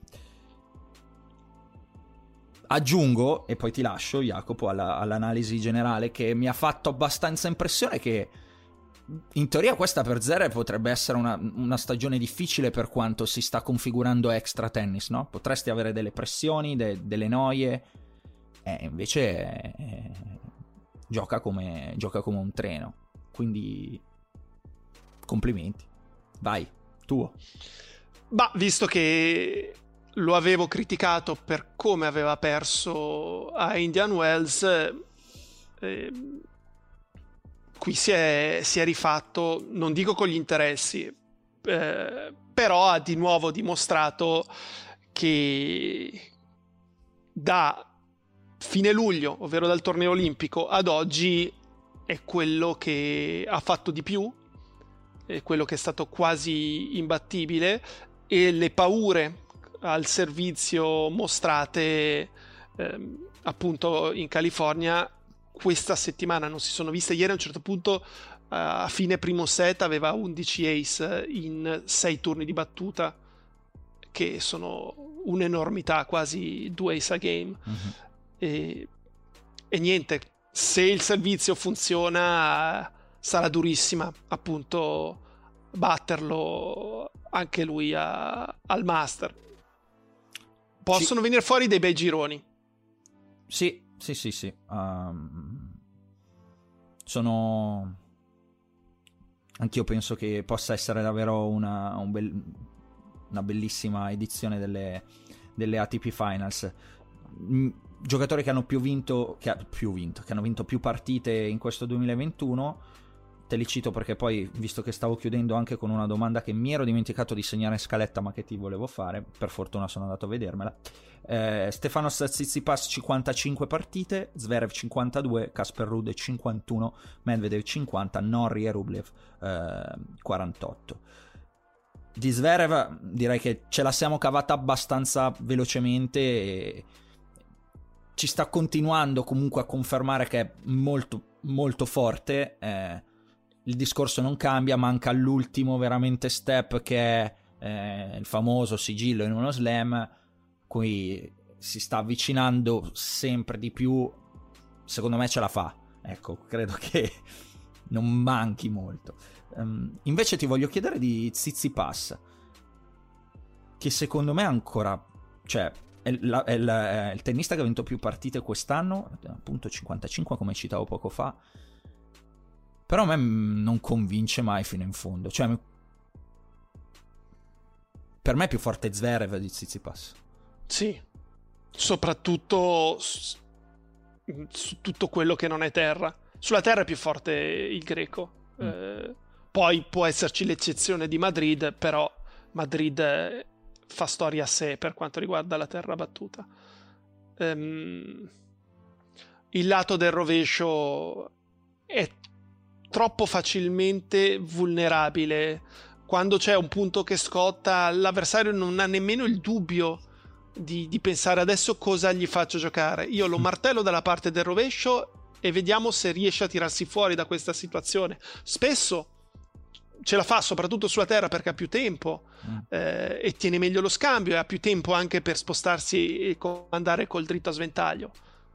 Aggiungo, e poi ti lascio, Jacopo, alla, all'analisi generale, che mi ha fatto abbastanza impressione che in teoria questa per Zverev potrebbe essere una, una stagione difficile per quanto si sta configurando extra tennis, no? Potresti avere delle pressioni, de, delle noie, e invece eh, gioca come, gioca come un treno. Quindi... complimenti. Vai, tuo. Ma visto che lo avevo criticato per come aveva perso a Indian Wells, eh, qui si è, si è rifatto, non dico con gli interessi, eh, però ha di nuovo dimostrato che da fine luglio, ovvero dal torneo olimpico, ad oggi è quello che ha fatto di più, quello che è stato quasi imbattibile, e le paure al servizio mostrate ehm, appunto in California questa settimana non si sono viste. Ieri a un certo punto a fine primo set aveva undici ace in sei turni di battuta, che sono un'enormità, quasi due ace a game. Mm-hmm. e, e niente, se il servizio funziona sarà durissima appunto batterlo anche lui a, al Master. Possono Ci... venire fuori dei bei gironi. Sì, sì, sì, sì. Um, sono... Anch'io penso che possa essere davvero una, un bel... una bellissima edizione delle, delle A T P Finals. Giocatori che hanno più vinto, che, ha, più vinto, che hanno vinto più partite in questo duemilaventuno. Te li cito perché poi, visto che stavo chiudendo anche con una domanda che mi ero dimenticato di segnare in scaletta ma che ti volevo fare, per fortuna sono andato a vedermela. eh, Stefanos Tsitsipas cinquantacinque partite, Zverev cinquantadue, Casper Ruud cinquantuno, Medvedev cinquanta, Norrie e Rublev eh, quarantotto. Di Zverev direi che ce la siamo cavata abbastanza velocemente e ci sta continuando comunque a confermare che è molto molto forte. eh, il discorso non cambia, manca l'ultimo veramente step che è eh, il famoso sigillo in uno slam, cui si sta avvicinando sempre di più. Secondo me ce la fa, ecco, credo che non manchi molto. Um, invece ti voglio chiedere di Tsitsipas, che secondo me ancora, cioè è, la, è, la, è il tennista che ha vinto più partite quest'anno, appunto cinquantacinque come citavo poco fa, però a me non convince mai fino in fondo. Cioè, per me è più forte Zverev di Tsitsipas. Sì, soprattutto su, su tutto quello che non è terra. Sulla terra è più forte il greco. Mm. Eh, poi può esserci l'eccezione di Madrid, però Madrid fa storia a sé per quanto riguarda la terra battuta. Um, il lato del rovescio è troppo facilmente vulnerabile. Quando c'è un punto che scotta, l'avversario non ha nemmeno il dubbio di, di pensare adesso cosa gli faccio giocare. Io lo martello dalla parte del rovescio e vediamo se riesce a tirarsi fuori da questa situazione. Spesso ce la fa, soprattutto sulla terra, perché ha più tempo mm. eh, e tiene meglio lo scambio e ha più tempo anche per spostarsi e andare col dritto a sventaglio.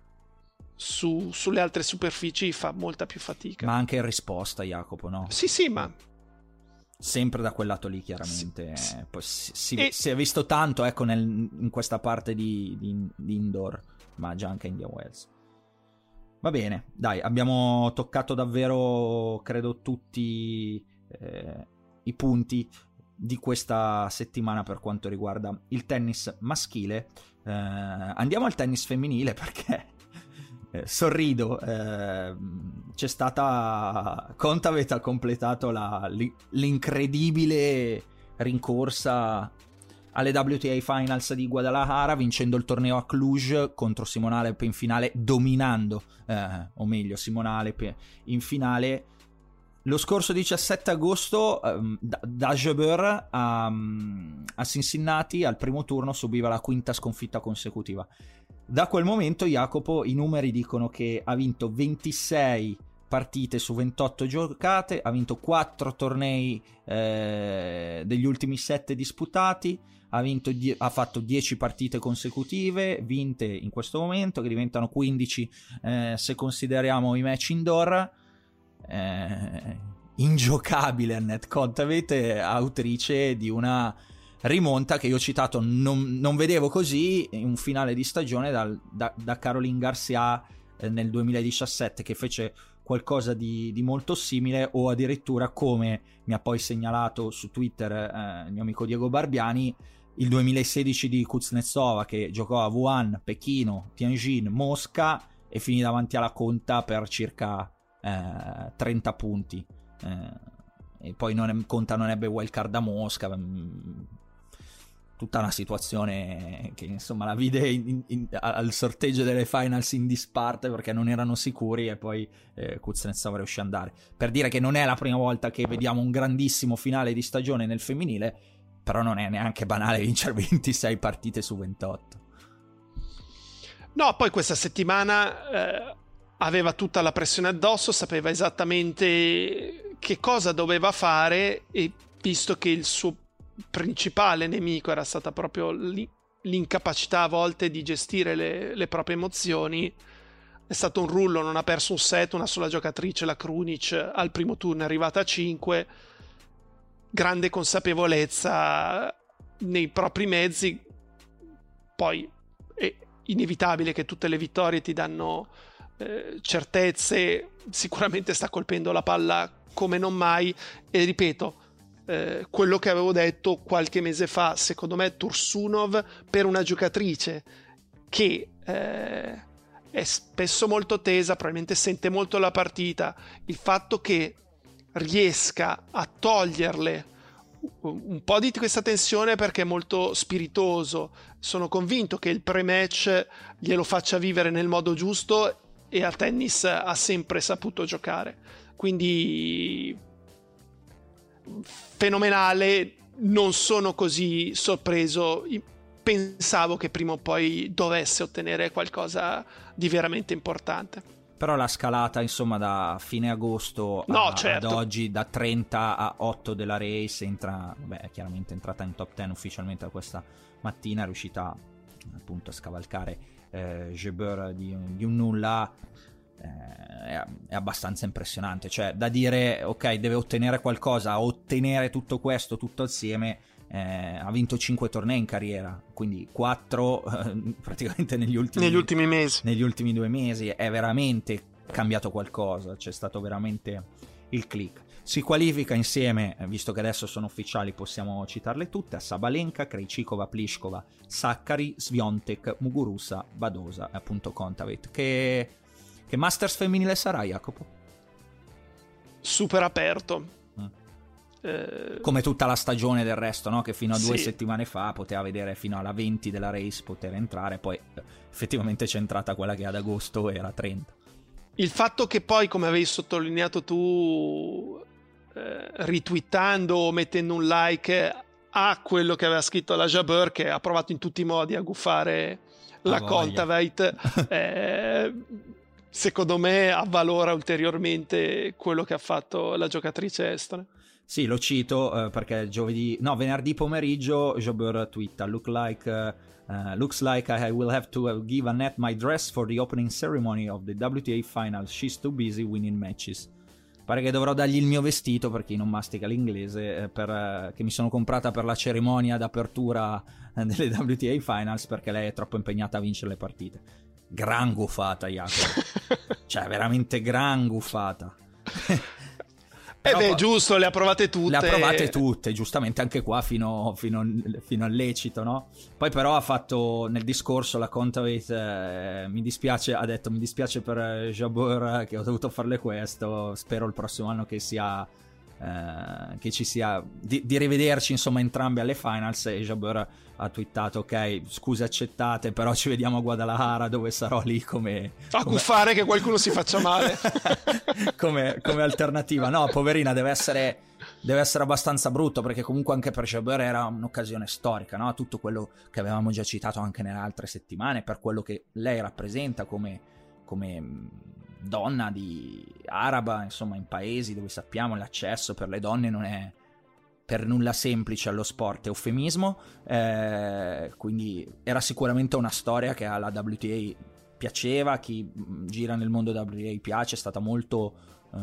Su, sulle altre superfici fa molta più fatica. Ma anche in risposta, Jacopo, no? Sì, sì, ma sempre da quel lato lì, chiaramente. Sì, Poi si, si, e... si è visto tanto, ecco, nel, in questa parte di, di, di indoor, ma già anche Indian Wells. Va bene, dai, abbiamo toccato davvero, credo, tutti eh, i punti di questa settimana per quanto riguarda il tennis maschile. Eh, andiamo al tennis femminile perché eh, sorrido, eh, c'è stata Kontaveit ha completato la, l'incredibile rincorsa alle W T A Finals di Guadalajara, vincendo il torneo a Cluj contro Simona Halep in finale, dominando, eh, o meglio Simona Halep in finale. Lo scorso diciassette agosto um, Dajabur a, a Cincinnati al primo turno subiva la quinta sconfitta consecutiva. Da quel momento, Jacopo, i numeri dicono che ha vinto ventisei partite su ventotto giocate, ha vinto quattro tornei eh, degli ultimi sette disputati, ha, vinto die- ha fatto dieci partite consecutive vinte in questo momento, che diventano quindici eh, se consideriamo i match indoor. Eh, ingiocabile Anett Kontaveit, autrice di una rimonta che io ho citato, non, non vedevo così in un finale di stagione dal, da, da Caroline Garcia eh, nel duemiladiciassette, che fece qualcosa di, di molto simile, o addirittura, come mi ha poi segnalato su Twitter eh, il mio amico Diego Barbiani, il duemilasedici di Kuznetsova, che giocò a Wuhan, Pechino, Tianjin, Mosca e finì davanti alla conta per circa Eh, trenta punti, eh, e poi non è, Conta non ebbe wildcard da Mosca, mh, tutta una situazione che insomma la vide in, in, al sorteggio delle finals in disparte perché non erano sicuri, e poi eh, Kuznetsova riuscì ad andare. Per dire che non è la prima volta che vediamo un grandissimo finale di stagione nel femminile, però non è neanche banale vincere ventisei partite su ventotto. No, poi questa settimana eh... aveva tutta la pressione addosso, sapeva esattamente che cosa doveva fare, e visto che il suo principale nemico era stata proprio l'incapacità a volte di gestire le, le proprie emozioni, è stato un rullo, non ha perso un set, una sola giocatrice, la Krunic, al primo turno è arrivata a cinque, grande consapevolezza nei propri mezzi, poi e inevitabile che tutte le vittorie ti danno eh, certezze, sicuramente sta colpendo la palla come non mai, e ripeto, eh, quello che avevo detto qualche mese fa, secondo me Tursunov, per una giocatrice che eh, è spesso molto tesa, probabilmente sente molto la partita, il fatto che riesca a toglierle un po' di questa tensione, perché è molto spiritoso, sono convinto che il pre-match glielo faccia vivere nel modo giusto, e a tennis ha sempre saputo giocare, quindi fenomenale. Non sono così sorpreso, pensavo che prima o poi dovesse ottenere qualcosa di veramente importante. Però la scalata, insomma, da fine agosto a, no, certo. ad oggi, da trenta a otto della race, entra, beh, è chiaramente entrata in top dieci ufficialmente questa mattina, è riuscita appunto a scavalcare eh, Jabeur di, di un nulla. eh, è, è abbastanza impressionante, cioè da dire ok, deve ottenere qualcosa, ottenere tutto questo tutto assieme. Eh, ha vinto cinque tornei in carriera, quindi quattro eh, praticamente negli ultimi, negli ultimi mesi, negli ultimi due mesi. È veramente cambiato qualcosa, c'è stato veramente il click. Si qualifica insieme, visto che adesso sono ufficiali possiamo citarle tutte, a Sabalenka, Krejcikova, Pliskova, Sakkari, Swiatek, Muguruza, Badosa e appunto Kontaveit. Che, che Masters femminile sarà, Jacopo? Super aperto. Come tutta la stagione del resto, no? Che fino a due sì. settimane fa poteva vedere fino alla venti della race poter entrare, poi effettivamente c'è entrata quella che ad agosto era trenta. Il fatto che poi, come avevi sottolineato tu, eh, retweetando o mettendo un like a quello che aveva scritto la Jabeur, che ha provato in tutti i modi a guffare la Kontaveit, eh, secondo me avvalora ulteriormente quello che ha fatto la giocatrice estone. Sì, lo cito eh, perché giovedì, no, venerdì pomeriggio Jabeur twitta Look like, uh, uh, looks like I will have to give Annette my dress for the opening ceremony of the W T A Finals. She's too busy winning matches. Pare che dovrò dargli il mio vestito, per chi non mastica l'inglese, eh, per, eh, che mi sono comprata per la cerimonia d'apertura eh, delle W T A Finals, perché lei è troppo impegnata a vincere le partite. Gran guffata, Jacopo. Cioè, veramente gran guffata. Eh beh, poi, giusto, le ha provate tutte. Le ha provate tutte, giustamente anche qua fino, fino, fino al lecito, no? Poi però ha fatto nel discorso la Kontaveit, eh, mi dispiace, ha detto mi dispiace per Jabeur che ho dovuto farle questo, spero il prossimo anno che sia eh, che ci sia di, di rivederci insomma entrambi alle finals. E Jabeur ha twittato ok, scuse accettate, però ci vediamo a Guadalajara, dove sarò lì come a come... guffare che qualcuno si faccia male. come, come alternativa. No, poverina, deve essere deve essere abbastanza brutto, perché comunque anche per Jabeur era un'occasione storica, no? Tutto quello che avevamo già citato anche nelle altre settimane, per quello che lei rappresenta come, come donna di araba, insomma, in paesi dove sappiamo l'accesso per le donne non è per nulla semplice allo sport, è eufemismo, eh, quindi era sicuramente una storia che alla W T A piaceva, a chi gira nel mondo W T A piace, è stata molto eh,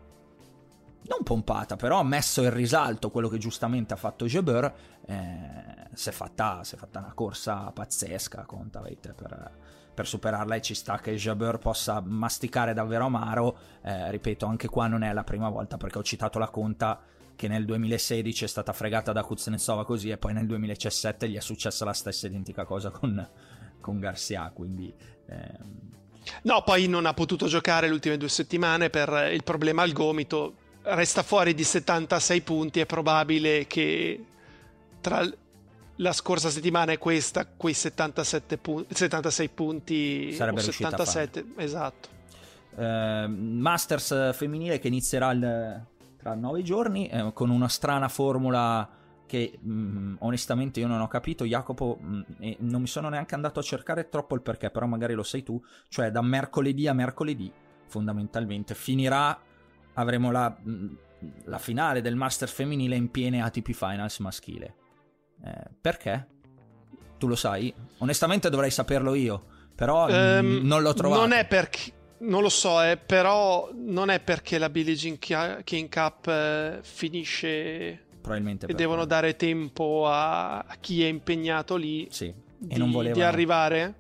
non pompata, però ha messo in risalto quello che giustamente ha fatto Jabeur. eh, si è fatta, si è fatta una corsa pazzesca con Kontaveit per, per superarla, e ci sta che Jabeur possa masticare davvero amaro. eh, ripeto, anche qua non è la prima volta, perché ho citato la Konta che nel duemilasedici è stata fregata da Kuznetsova così, e poi nel duemiladiciassette gli è successa la stessa identica cosa con, con Garcia, quindi ehm... no, poi non ha potuto giocare le ultime due settimane per il problema al gomito, resta fuori di settantasei punti. È probabile che tra la scorsa settimana e questa quei settantasette punti, settantasei punti sarebbe riuscita settantasette, esatto. eh, Masters femminile che inizierà il tra nove giorni, eh, con una strana formula che mh, onestamente io non ho capito, Jacopo, mh, e non mi sono neanche andato a cercare troppo il perché, però magari lo sai tu. Cioè da mercoledì a mercoledì fondamentalmente finirà, avremo la, mh, la finale del Masters femminile in piene A T P Finals maschile. Eh, perché? Tu lo sai? Onestamente dovrei saperlo io, però um, mh, non l'ho trovato. Non è perché non lo so, eh, però non è perché la Billie Jean King Cup eh, finisce probabilmente e devono quello. Dare tempo a, a chi è impegnato lì sì. di, e non volevano, di arrivare.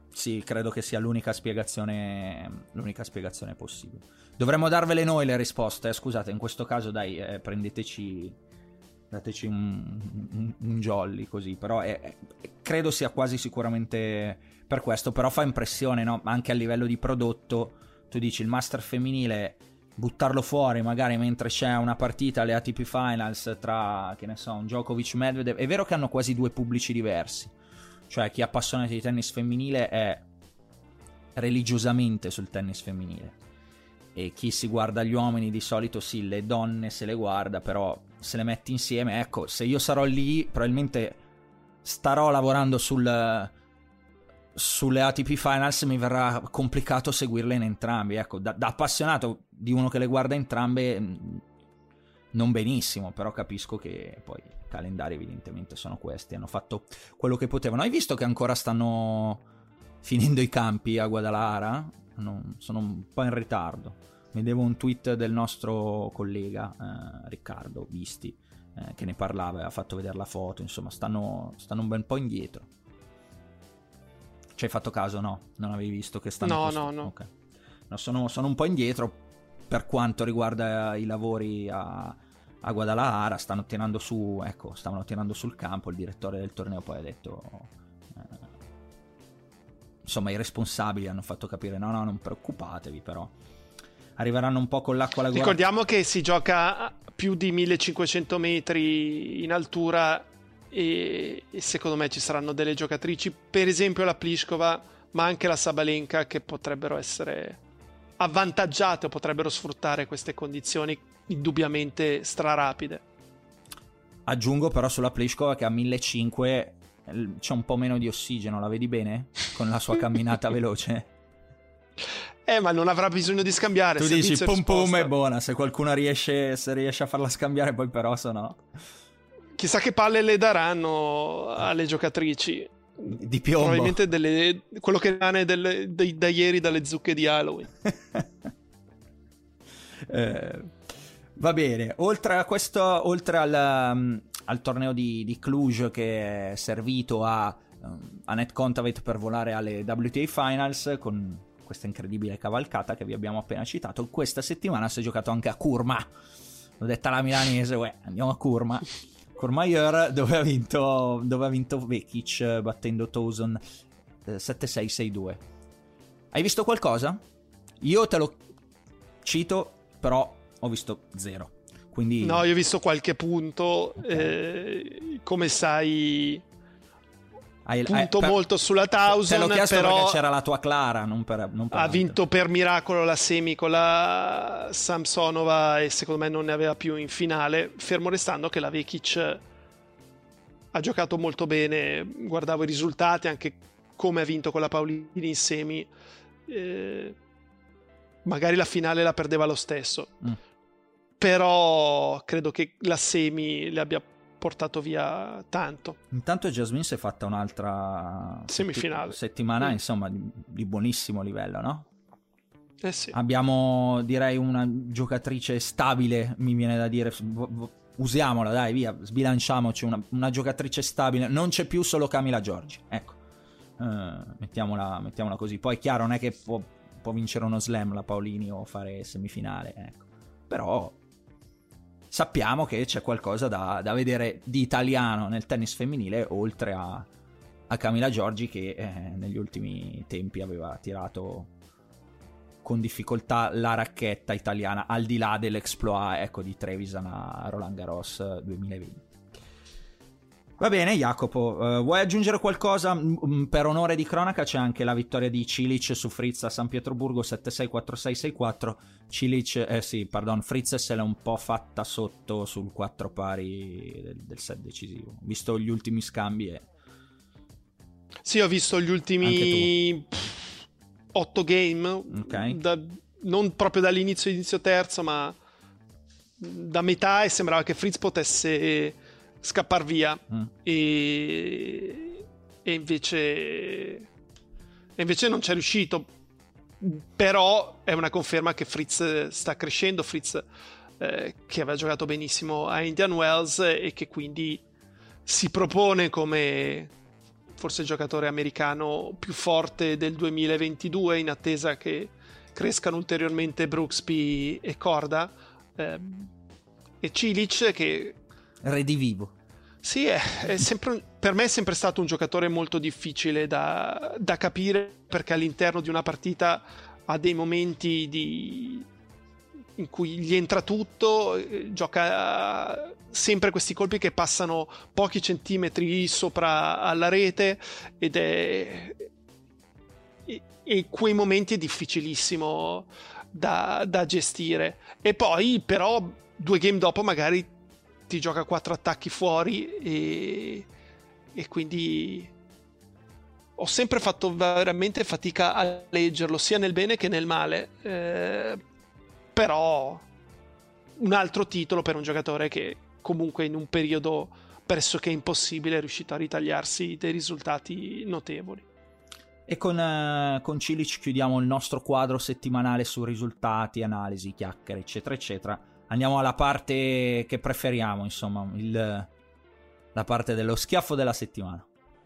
sì, credo che sia l'unica spiegazione l'unica spiegazione possibile. Dovremmo darvele noi le risposte, eh, scusate, in questo caso dai, eh, prendeteci, dateci un, un, un jolly così, però è, è, credo sia quasi sicuramente per questo, però fa impressione, no? Anche a livello di prodotto, tu dici il Master femminile, buttarlo fuori magari mentre c'è una partita alle A T P Finals tra, che ne so, un Djokovic Medvedev, è vero che hanno quasi due pubblici diversi, cioè chi è appassionato di tennis femminile è religiosamente sul tennis femminile e chi si guarda gli uomini di solito sì, le donne se le guarda, però se le metti insieme, ecco, se io sarò lì probabilmente starò lavorando sul sulle A T P Finals, mi verrà complicato seguirle in entrambi, ecco, da, da appassionato di uno che le guarda entrambe non benissimo, però capisco che poi i calendari evidentemente sono questi, hanno fatto quello che potevano. Hai visto che ancora stanno finendo i campi a Guadalajara? Non, sono un po' in ritardo. Vedevo un tweet del nostro collega eh, Riccardo Visti eh, che ne parlava e ha fatto vedere la foto, insomma stanno, stanno un bel po' indietro. Ci hai fatto caso? No? Non avevi visto che stanno... No, cost- no, no. Okay. No, sono, sono un po' indietro per quanto riguarda i lavori a, a Guadalajara, stanno tirando su, ecco, stavano tirando sul campo, il direttore del torneo poi ha detto... Eh, insomma, i responsabili hanno fatto capire, no, no, non preoccupatevi, però arriveranno un po' con l'acqua alla gola. Ricordiamo che si gioca a più di millecinquecento metri in altura e, e secondo me ci saranno delle giocatrici, per esempio la Pliskova, ma anche la Sabalenka, che potrebbero essere avvantaggiate o potrebbero sfruttare queste condizioni indubbiamente strarapide. Aggiungo però sulla Pliskova che a millecinquecento c'è un po' meno di ossigeno, la vedi bene? Con la sua camminata veloce. Eh, ma non avrà bisogno di scambiare. Tu dici pum pum è buona, se qualcuno riesce, se riesce a farla scambiare, poi però se no... Chissà che palle le daranno alle giocatrici. Di piombo. Probabilmente delle, quello che rimane delle, dei, da ieri dalle zucche di Halloween. eh, va bene, oltre a questo, oltre al... Um, al torneo di, di Cluj che è servito a um, Anett Kontaveit per volare alle W T A Finals con questa incredibile cavalcata che vi abbiamo appena citato. Questa settimana si è giocato anche a Kurma, l'ho detta la milanese, uè, andiamo a Kurma Courmayeur, dove ha vinto dove ha vinto Vekic battendo Towson eh, sette sei sei due. Hai visto qualcosa? Io te lo cito, però ho visto zero. Quindi... No, io ho visto qualche punto, okay. eh, come sai, hai, punto hai, per, molto sulla Towson, te l'ho chiesto però perché c'era la tua Clara, non per, non per ha altro. Vinto per miracolo la semi con la Samsonova e secondo me non ne aveva più in finale, fermo restando che la Vekic ha giocato molto bene, guardavo i risultati, anche come ha vinto con la Paolini in semi, eh, magari la finale la perdeva lo stesso. Mm. Però credo che la semi le abbia portato via tanto. Intanto Jasmine si è fatta un'altra semifinale settimana, mm. insomma, di, di buonissimo livello, no? Eh sì. Abbiamo, direi, una giocatrice stabile, mi viene da dire, usiamola, dai, via, sbilanciamoci, una, una giocatrice stabile, non c'è più solo Camila Giorgi, ecco, uh, mettiamola, mettiamola così. Poi è chiaro, non è che può, può vincere uno slam la Paolini o fare semifinale, ecco, però sappiamo che c'è qualcosa da, da vedere di italiano nel tennis femminile, oltre a, a Camila Giorgi che eh, negli ultimi tempi aveva tirato con difficoltà la racchetta italiana, al di là dell'exploit, ecco, di Trevisan a Roland Garros duemilaventi. Va bene, Jacopo, uh, vuoi aggiungere qualcosa? Mm, per onore di cronaca c'è anche la vittoria di Cilic su Fritz a San Pietroburgo sette sei quattro sei sei quattro. Cilic, eh sì, pardon, Fritz se l'è un po' fatta sotto sul quattro pari del, del set decisivo. Visto gli ultimi scambi e... Sì, ho visto gli ultimi otto game, okay. da, non proprio dall'inizio inizio terzo, ma da metà, e sembrava che Fritz potesse scappar via mm. e, e invece e invece non c'è riuscito, però è una conferma che Fritz sta crescendo. Fritz eh, che aveva giocato benissimo a Indian Wells e che quindi si propone come forse il giocatore americano più forte del duemilaventidue, in attesa che crescano ulteriormente Brooksby e Korda, eh, e Cilic che redivivo. Sì, è, è sempre, per me è sempre stato un giocatore molto difficile da, da capire, perché all'interno di una partita ha dei momenti di, in cui gli entra tutto, eh, gioca sempre questi colpi che passano pochi centimetri sopra alla rete, ed è e, e quei momenti è difficilissimo da, da gestire. E poi però due game dopo magari ti gioca quattro attacchi fuori, e, e quindi ho sempre fatto veramente fatica a leggerlo, sia nel bene che nel male, eh, però un altro titolo per un giocatore che comunque in un periodo pressoché impossibile è riuscito a ritagliarsi dei risultati notevoli. E con, uh, con Cilic chiudiamo il nostro quadro settimanale su risultati, analisi, chiacchiere, eccetera eccetera. Andiamo alla parte che preferiamo, insomma, il, la parte dello schiaffo della settimana.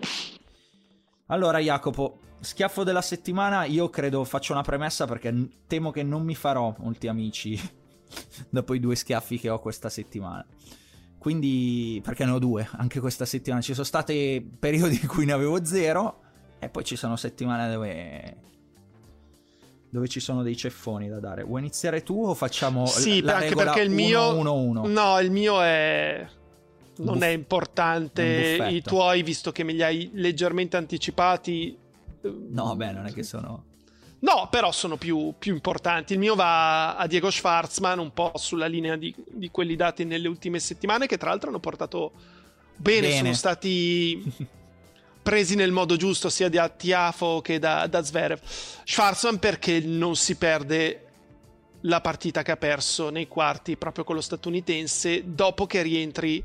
Allora, Jacopo, schiaffo della settimana, io credo, faccio una premessa perché temo che non mi farò molti amici dopo i due schiaffi che ho questa settimana. Quindi, perché ne ho due, anche questa settimana. Ci sono stati periodi in cui ne avevo zero, e poi ci sono settimane dove... dove ci sono dei ceffoni da dare. Vuoi iniziare tu o facciamo sì, la anche regola perché il mio uno uno? No, il mio è non Buff... è importante. I tuoi, visto che me li hai leggermente anticipati. No, beh, non è che sono... No, però sono più, più importanti. Il mio va a Diego Schwartzman, un po' sulla linea di, di quelli dati nelle ultime settimane, che tra l'altro hanno portato bene, bene. Sono stati presi nel modo giusto sia da Tiafoe che da, da Zverev. Schwartzman perché non si perde la partita che ha perso nei quarti proprio con lo statunitense, dopo che rientri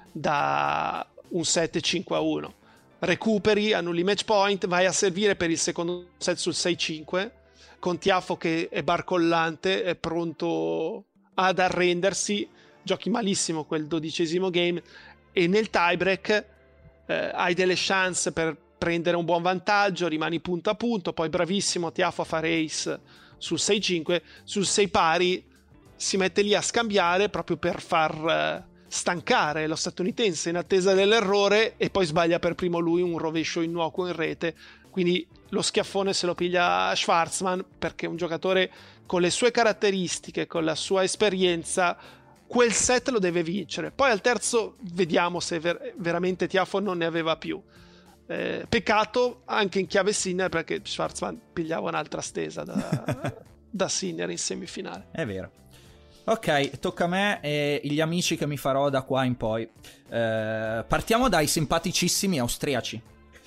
da un sette cinque a uno. Recuperi, annulli match point, vai a servire per il secondo set sul sei cinque con Tiafoe che è barcollante, è pronto ad arrendersi, giochi malissimo quel dodicesimo game, e nel tiebreak eh, hai delle chance per prendere un buon vantaggio, rimani punto a punto, poi bravissimo Tiafoe a fare ace sul sei cinque, sul sei pari si mette lì a scambiare proprio per far eh, stancare lo statunitense in attesa dell'errore, e poi sbaglia per primo lui un rovescio innocuo in rete. Quindi lo schiaffone se lo piglia Schwartzman, perché un giocatore con le sue caratteristiche, con la sua esperienza, quel set lo deve vincere. Poi al terzo vediamo se ver- veramente Tiafoe non ne aveva più. Eh, peccato anche in chiave Sinner, perché Schwartzman pigliava un'altra stesa da, da Sinner in semifinale. È vero. Ok, tocca a me e gli amici che mi farò da qua in poi. Eh, partiamo dai simpaticissimi austriaci,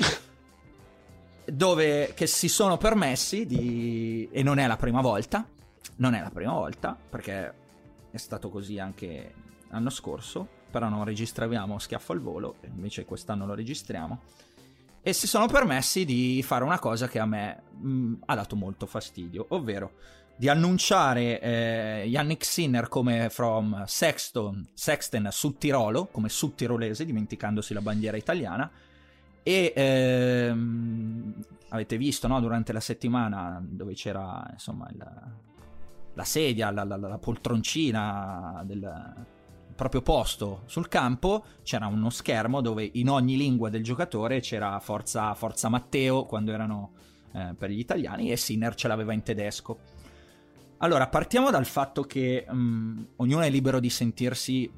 dove che si sono permessi di... e non è la prima volta, non è la prima volta, perché è stato così anche l'anno scorso, però non registriamo schiaffo al volo, invece quest'anno lo registriamo, e si sono permessi di fare una cosa che a me mh, ha dato molto fastidio, ovvero di annunciare eh, Jannik Sinner come from Sexton, Sexton sul Tirolo, come sudtirolese, dimenticandosi la bandiera italiana. E ehm, avete visto, no, durante la settimana dove c'era insomma il, la sedia, la, la, la poltroncina del proprio posto sul campo, c'era uno schermo dove in ogni lingua del giocatore c'era Forza, Forza Matteo quando erano eh, per gli italiani, e Sinner ce l'aveva in tedesco. Allora, partiamo dal fatto che um, ognuno è libero di sentirsi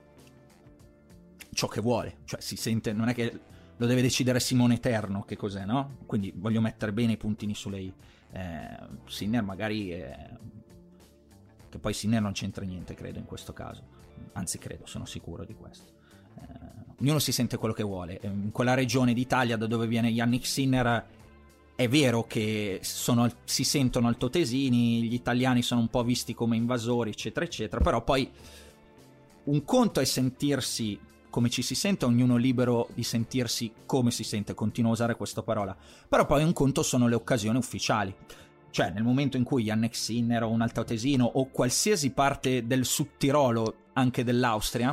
ciò che vuole, cioè si sente, non è che lo deve decidere Simone Eterno che cos'è, no? Quindi voglio mettere bene i puntini su lei. Eh, Sinner magari è... che poi Sinner non c'entra niente, credo, in questo caso, anzi credo, sono sicuro di questo. Eh, ognuno si sente quello che vuole. In quella regione d'Italia da dove viene Jannik Sinner è vero che sono, si sentono altoatesini, gli italiani sono un po' visti come invasori, eccetera, eccetera, però poi un conto è sentirsi come ci si sente, ognuno libero di sentirsi come si sente, continuo a usare questa parola, però poi un conto sono le occasioni ufficiali. Cioè, nel momento in cui Jannik Sinner o un altoatesino o qualsiasi parte del Sud Tirolo, anche dell'Austria,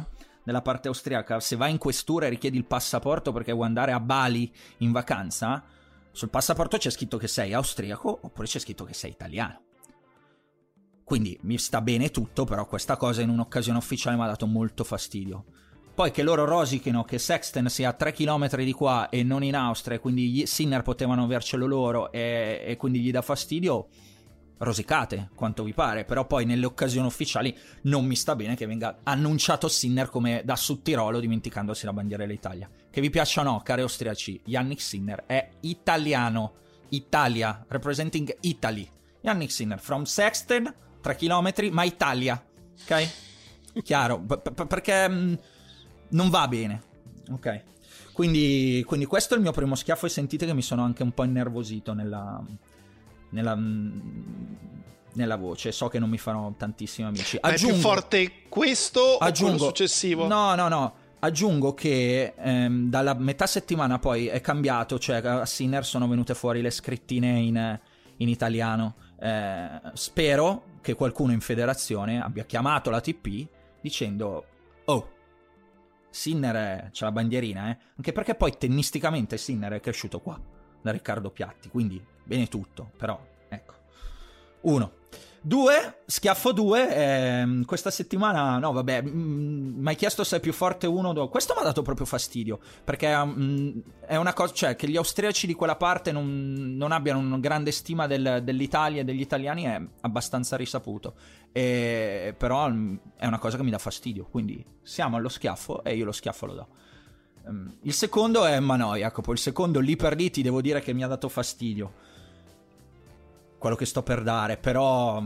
della parte austriaca, se vai in questura e richiedi il passaporto perché vuoi andare a Bali in vacanza, sul passaporto c'è scritto che sei austriaco oppure c'è scritto che sei italiano. Quindi mi sta bene tutto, però questa cosa in un'occasione ufficiale mi ha dato molto fastidio. Poi che loro rosichino che Sexton sia a tre chilometri di qua e non in Austria, e quindi gli Sinner potevano avercelo loro e, e quindi gli dà fastidio, rosicate quanto vi pare. Però poi nelle occasioni ufficiali non mi sta bene che venga annunciato Sinner come da Sud Tirolo dimenticandosi la bandiera dell'Italia. Che vi piaccia o no, cari austriaci, Yannick Sinner è italiano. Italia, representing Italy. Yannick Sinner from Sexton, tre chilometri, ma Italia, ok? Chiaro, p- p- perché mh, non va bene, ok? Quindi, quindi questo è il mio primo schiaffo e sentite che mi sono anche un po' innervosito nella, nella, mh, nella voce. So che non mi farò tantissimi amici. Aggiungo, è più forte questo aggiungo, o quello successivo? No, no, no. Aggiungo che ehm, dalla metà settimana poi è cambiato, cioè a Sinner sono venute fuori le scrittine in, in italiano. Eh, spero che qualcuno in federazione abbia chiamato la T P dicendo: oh, Sinner è, c'ha la bandierina, eh? Anche perché poi tennisticamente Sinner è cresciuto qua da Riccardo Piatti, quindi bene tutto, però ecco. Uno. Due, schiaffo due, ehm, questa settimana, no vabbè, mi hai chiesto se è più forte uno o due. Questo mi ha dato proprio fastidio, perché mh, è una cosa, cioè che gli austriaci di quella parte non, non abbiano una grande stima del, dell'Italia e degli italiani è abbastanza risaputo, e, però mh, è una cosa che mi dà fastidio, quindi siamo allo schiaffo e io lo schiaffo lo do. Um, il secondo è Manoj, Jacopo, il secondo lì per lì ti devo dire che mi ha dato fastidio quello che sto per dare, però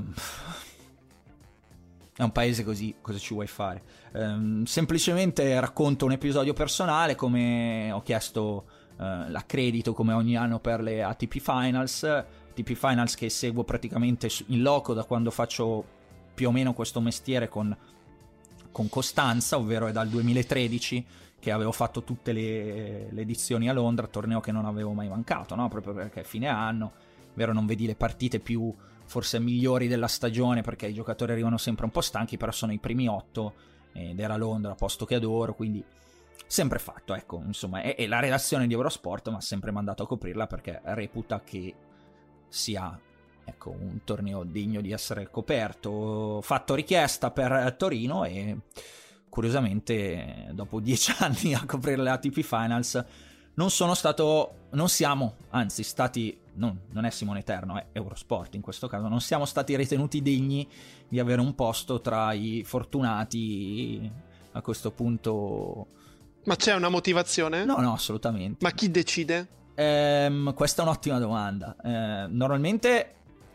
è un paese così, cosa ci vuoi fare? Um, semplicemente racconto un episodio personale, come ho chiesto uh, l'accredito come ogni anno per le A T P Finals, A T P Finals che seguo praticamente in loco da quando faccio più o meno questo mestiere con, con costanza, ovvero è dal duemilatredici che avevo fatto tutte le, le edizioni a Londra, torneo che non avevo mai mancato, no? Proprio perché è fine anno, vero, non vedi le partite più forse migliori della stagione perché i giocatori arrivano sempre un po' stanchi, però sono i primi otto ed era Londra, posto che adoro, quindi sempre fatto, ecco, insomma, e, e la redazione di Eurosport mi ha sempre mandato a coprirla perché reputa che sia, ecco, un torneo degno di essere coperto. Ho fatto richiesta per Torino e curiosamente dopo dieci anni a coprire le A T P Finals non sono stato, non siamo, anzi stati, non, non è Simone Eterno, è Eurosport in questo caso, non siamo stati ritenuti degni di avere un posto tra i fortunati a questo punto. Ma c'è una motivazione? No, no, assolutamente. Ma chi decide? Ehm, questa è un'ottima domanda. Eh, normalmente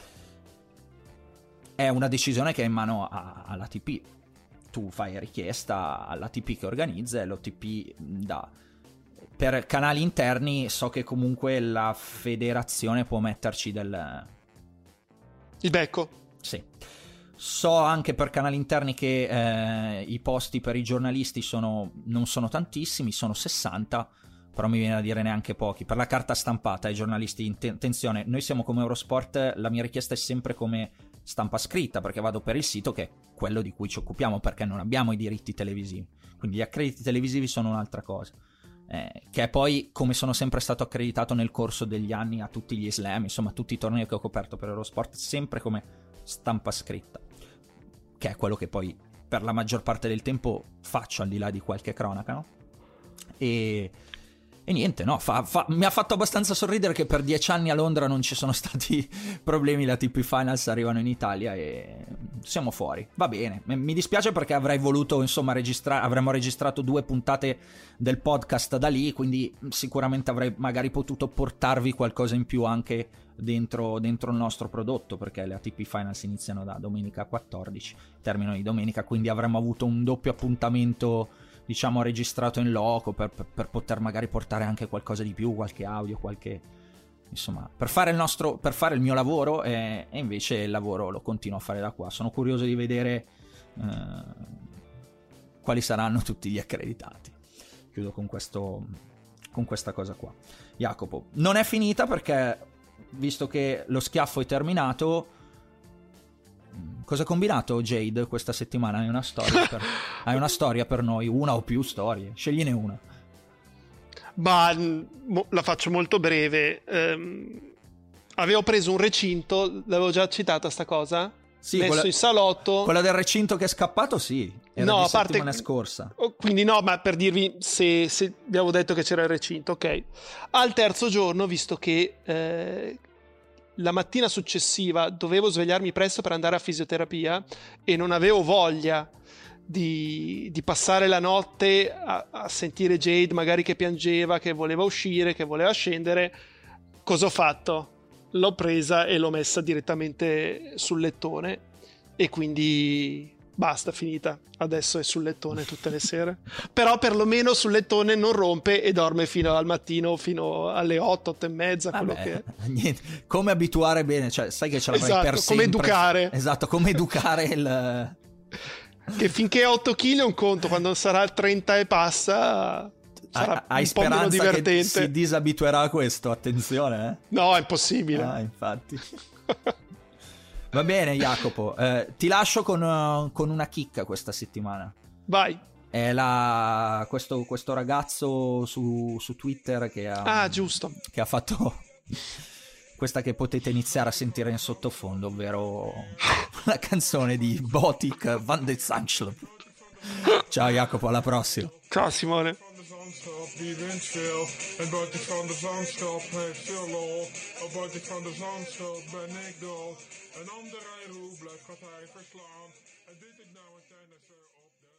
è una decisione che è in mano all'A T P. Tu fai richiesta all'A T P che organizza e l'O T P dà. Per canali interni so che comunque la federazione può metterci del... il becco? Sì. So anche per canali interni che eh, i posti per i giornalisti sono non sono tantissimi, sono sessanta, però mi viene da dire neanche pochi. Per la carta stampata ai giornalisti, attenzione, noi siamo come Eurosport, la mia richiesta è sempre come stampa scritta, perché vado per il sito che è quello di cui ci occupiamo, perché non abbiamo i diritti televisivi. Quindi gli accrediti televisivi sono un'altra cosa. Eh, che è poi come sono sempre stato accreditato nel corso degli anni a tutti gli slam, insomma tutti i tornei che ho coperto per Eurosport, sempre come stampa scritta, che è quello che poi per la maggior parte del tempo faccio, al di là di qualche cronaca, no? E, e niente, no, fa, fa, mi ha fatto abbastanza sorridere che per dieci anni a Londra non ci sono stati problemi, la T P Finals arrivano in Italia e siamo fuori, va bene. Mi dispiace perché avrei voluto, insomma, registrare, avremmo registrato due puntate del podcast da lì, quindi sicuramente avrei magari potuto portarvi qualcosa in più anche dentro, dentro il nostro prodotto, perché le A T P Finals iniziano da domenica quattordici, terminano di domenica, quindi avremmo avuto un doppio appuntamento, diciamo, registrato in loco per, per, per poter magari portare anche qualcosa di più, qualche audio, qualche, insomma, per fare il nostro, per fare il mio lavoro, e, e invece il lavoro lo continuo a fare da qua. Sono curioso di vedere eh, quali saranno tutti gli accreditati. Chiudo con questo, con questa cosa qua. Jacopo, non è finita perché, visto che lo schiaffo è terminato, cosa ha combinato Jade questa settimana? Hai una storia per, hai una storia per noi, una o più storie, scegliene una. Ma mo, la faccio molto breve. Ehm, avevo preso un recinto, l'avevo già citata sta cosa? Sì, messo quella, in salotto. Quella del recinto che è scappato, sì. Era no, di a parte settimana scorsa. Quindi no, ma per dirvi se, se vi avevo detto che c'era il recinto, ok. Al terzo giorno, visto che eh, la mattina successiva dovevo svegliarmi presto per andare a fisioterapia e non avevo voglia di, di passare la notte a, a sentire Jade magari che piangeva, che voleva uscire, che voleva scendere, cosa ho fatto? L'ho presa e l'ho messa direttamente sul lettone e quindi basta, finita. Adesso è sul lettone tutte le sere. Però perlomeno sul lettone non rompe e dorme fino al mattino, fino alle otto, otto e mezza. Vabbè, quello che è. Niente. Come abituare bene, cioè sai che ce l'avrai Esatto, per come sempre. educare. Esatto, come educare il... Che finché ha otto chili è un conto, quando sarà al trenta e passa... Sarà Hai un po' meno speranza divertente. che si disabituerà a questo? Attenzione, eh? No, è impossibile. Ah, infatti. Va bene, Jacopo. Eh, ti lascio con, uh, con una chicca questa settimana. Vai. È la, questo, questo ragazzo su, su Twitter che ha, Ah, giusto. che ha fatto questa che potete iniziare a sentire in sottofondo, ovvero la canzone di Botik Van de Zanschlup. Ciao Jacopo, alla prossima. Ciao Simone. Die wind veel, en buiten van de zandstap heeft veel lol. Al buiten van de zandstap ben ik dol. Een andere roe blijft gaat hij verslaan. En dit ik nou een tennisser op de...